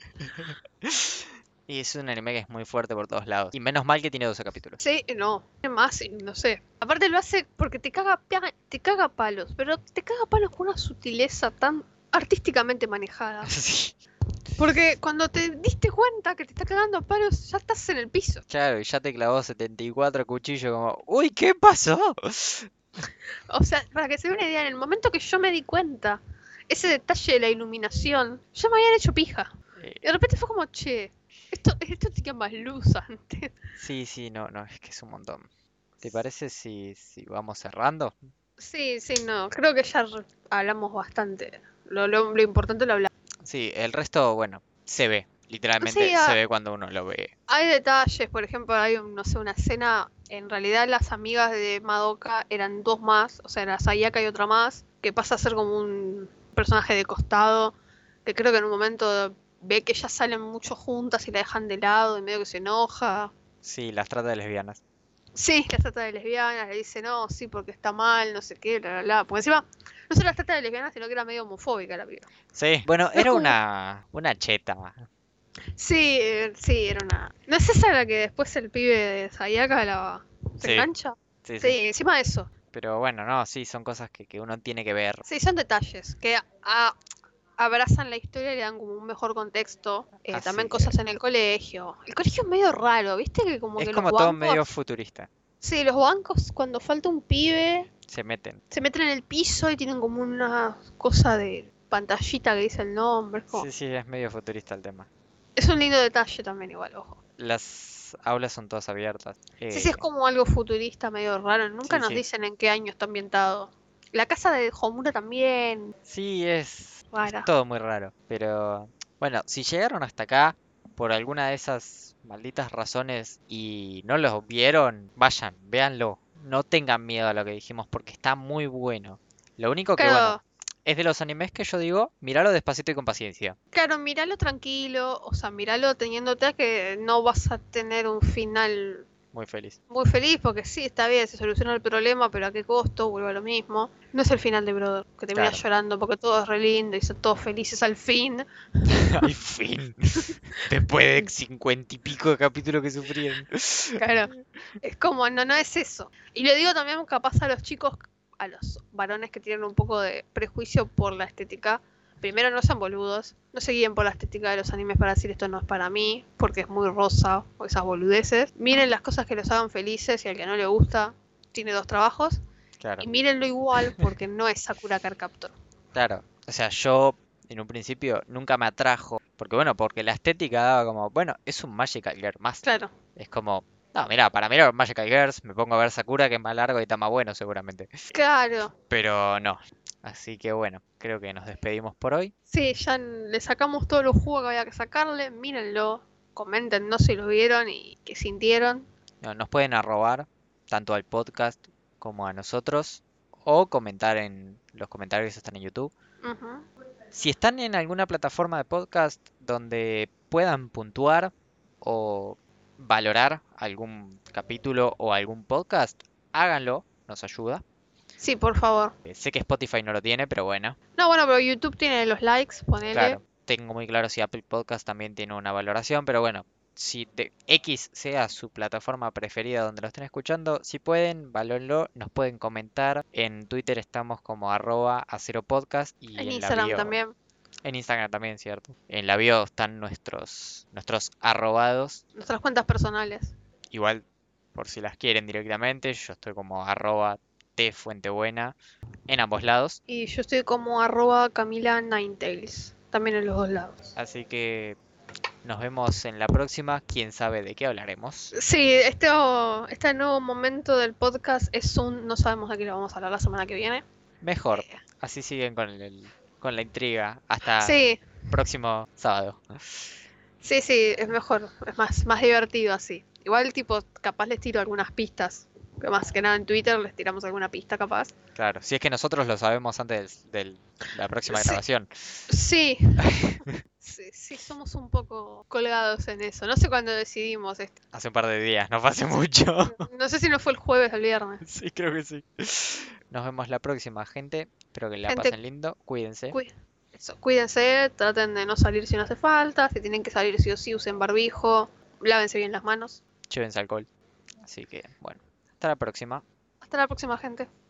Y es un anime que es muy fuerte por todos lados. Y menos mal que tiene doce capítulos. Sí, no, es más, y no sé. Aparte lo hace porque te caga, pia- te caga palos, pero te caga palos con una sutileza tan artísticamente manejada. Sí. Porque cuando te diste cuenta que te está cagando a palos, ya estás en el piso. Claro, y ya te clavó setenta y cuatro cuchillos como, uy, ¿qué pasó? O sea, para que se dé una idea, en el momento que yo me di cuenta, ese detalle de la iluminación, ya me habían hecho pija. Eh, Y de repente fue como, che, esto, esto tenía más luz antes. sí, sí, no, no, es que es un montón. ¿Te parece si, si vamos cerrando? Sí, sí, no, creo que ya re- hablamos bastante. Lo, lo, lo importante lo hablamos. Sí, el resto, bueno, se ve. Literalmente Sí, se ah, ve cuando uno lo ve. hay detalles, por ejemplo, hay, un- no sé, una escena, en realidad las amigas de Madoka eran dos más, o sea, era Sayaka y otra más, que pasa a ser como un personaje de costado, que creo que en un momento ve que ya salen mucho juntas y la dejan de lado y medio que se enoja. Sí, las trata de lesbianas. Sí, las trata de lesbianas, le dice no, sí, porque está mal, no sé qué, bla, bla, bla. Porque encima, no solo las trata de lesbianas, sino que era medio homofóbica la piba. Sí, bueno, Es era como- una, una cheta. Sí, eh, sí, era una... ¿No es esa la que después el pibe de Sayaka la... se Sí, engancha? sí, Sí, sí. encima de eso. Pero bueno, no, sí, son cosas que, que uno tiene que ver. Sí, son detalles que a- abrazan la historia y le dan como un mejor contexto. Eh, Así también que cosas en el colegio. El colegio es medio raro, ¿viste? Que como es que los como todo bancos... medio futurista. Sí, los bancos cuando falta un pibe Se meten. se meten en el piso y tienen como una cosa de pantallita que dice el nombre. Es, como- Sí, sí, es medio futurista el tema. es un lindo detalle también igual, ojo. Las aulas son todas abiertas. Sí, sí, es Eh, como algo futurista medio raro. Nunca sí, nos sí. dicen en qué año está ambientado. La casa de Homura también. Sí, es, es Rara. todo muy raro. Pero bueno, si llegaron hasta acá por alguna de esas malditas razones y no los vieron, vayan, véanlo. No tengan miedo a lo que dijimos porque está muy bueno. Lo único que, bueno, Claro, es de los animes que yo digo, míralo despacito y con paciencia. claro, míralo tranquilo. O sea, míralo teniéndote a que no vas a tener un final Muy feliz. muy feliz. Porque sí, está bien, se soluciona el problema, pero ¿a qué costo? Vuelve a lo mismo. No es el final de Brother, que terminas Claro. llorando porque todo es re lindo y son todos felices al fin. Al fin. Después de cincuenta y pico de capítulos que sufrieron. Claro, es como, no, no es eso. Y le digo también capaz a los chicos, a los varones que tienen un poco de prejuicio por la estética. Primero, no sean boludos, no se guíen por la estética de los animes para decir esto no es para mí, porque es muy rosa o esas boludeces. Miren las cosas que los hagan felices y al que no le gusta tiene dos trabajos. Claro. Y mírenlo igual porque no es Sakura Card Captor. Claro, o sea, yo en un principio nunca me atrajo, porque bueno, porque la estética daba como, bueno, es un Magical Girl más. Claro, Es como, no, mira, para mirar Magical Girls me pongo a ver Sakura que es más largo y está más bueno seguramente. claro. Pero no, así que bueno, creo que nos despedimos por hoy. Sí, ya le sacamos todos los jugos que había que sacarle. Mírenlo, coméntenos si lo vieron y qué sintieron. No, nos pueden arrobar tanto al podcast como a nosotros o comentar en los comentarios que están en YouTube. Ujú. Si están en alguna plataforma de podcast donde puedan puntuar o valorar algún capítulo o algún podcast, háganlo, nos ayuda. Sí, por favor. Eh, Sé que Spotify no lo tiene, pero bueno, No, bueno, pero YouTube tiene los likes, ponele. claro, tengo muy claro si Apple Podcast también tiene una valoración, pero bueno, si de X sea su plataforma preferida donde lo estén escuchando, si pueden, valórenlo, nos pueden comentar. En Twitter estamos como arroba aceropodcast y En en la Instagram bio, también. en Instagram también, ¿cierto? En la bio están nuestros, nuestros arrobados. Nuestras cuentas personales. Igual, por si las quieren directamente, yo estoy como arroba tfuentebuena en ambos lados. Y yo estoy como arroba Camila Ninetails. También en los dos lados. Así que nos vemos en la próxima. Quién sabe de qué hablaremos. Sí, este, este nuevo momento del podcast es un... No sabemos de qué lo vamos a hablar la semana que viene. Mejor, Eh, así siguen con el, con la intriga. Hasta Sí, próximo sábado. sí, sí, es mejor, es más, más divertido así. Igual, tipo, capaz les tiro algunas pistas. Que más que nada en Twitter les tiramos alguna pista, capaz. Claro, si es que nosotros lo sabemos antes de la próxima Sí, grabación. sí, sí, sí, somos un poco colgados en eso. No sé cuándo decidimos esto. Hace un par de días, no fue hace mucho. No sé si no fue el jueves o el viernes. Sí, creo que sí. Nos vemos la próxima, gente. Espero que la Gente, pasen lindo. Cuídense. cuí- eso, cuídense, traten de no salir si no hace falta. Si tienen que salir sí o sí, usen barbijo. Lávense bien las manos. Llévense alcohol. Así que, bueno. Hasta la próxima. Hasta la próxima, gente.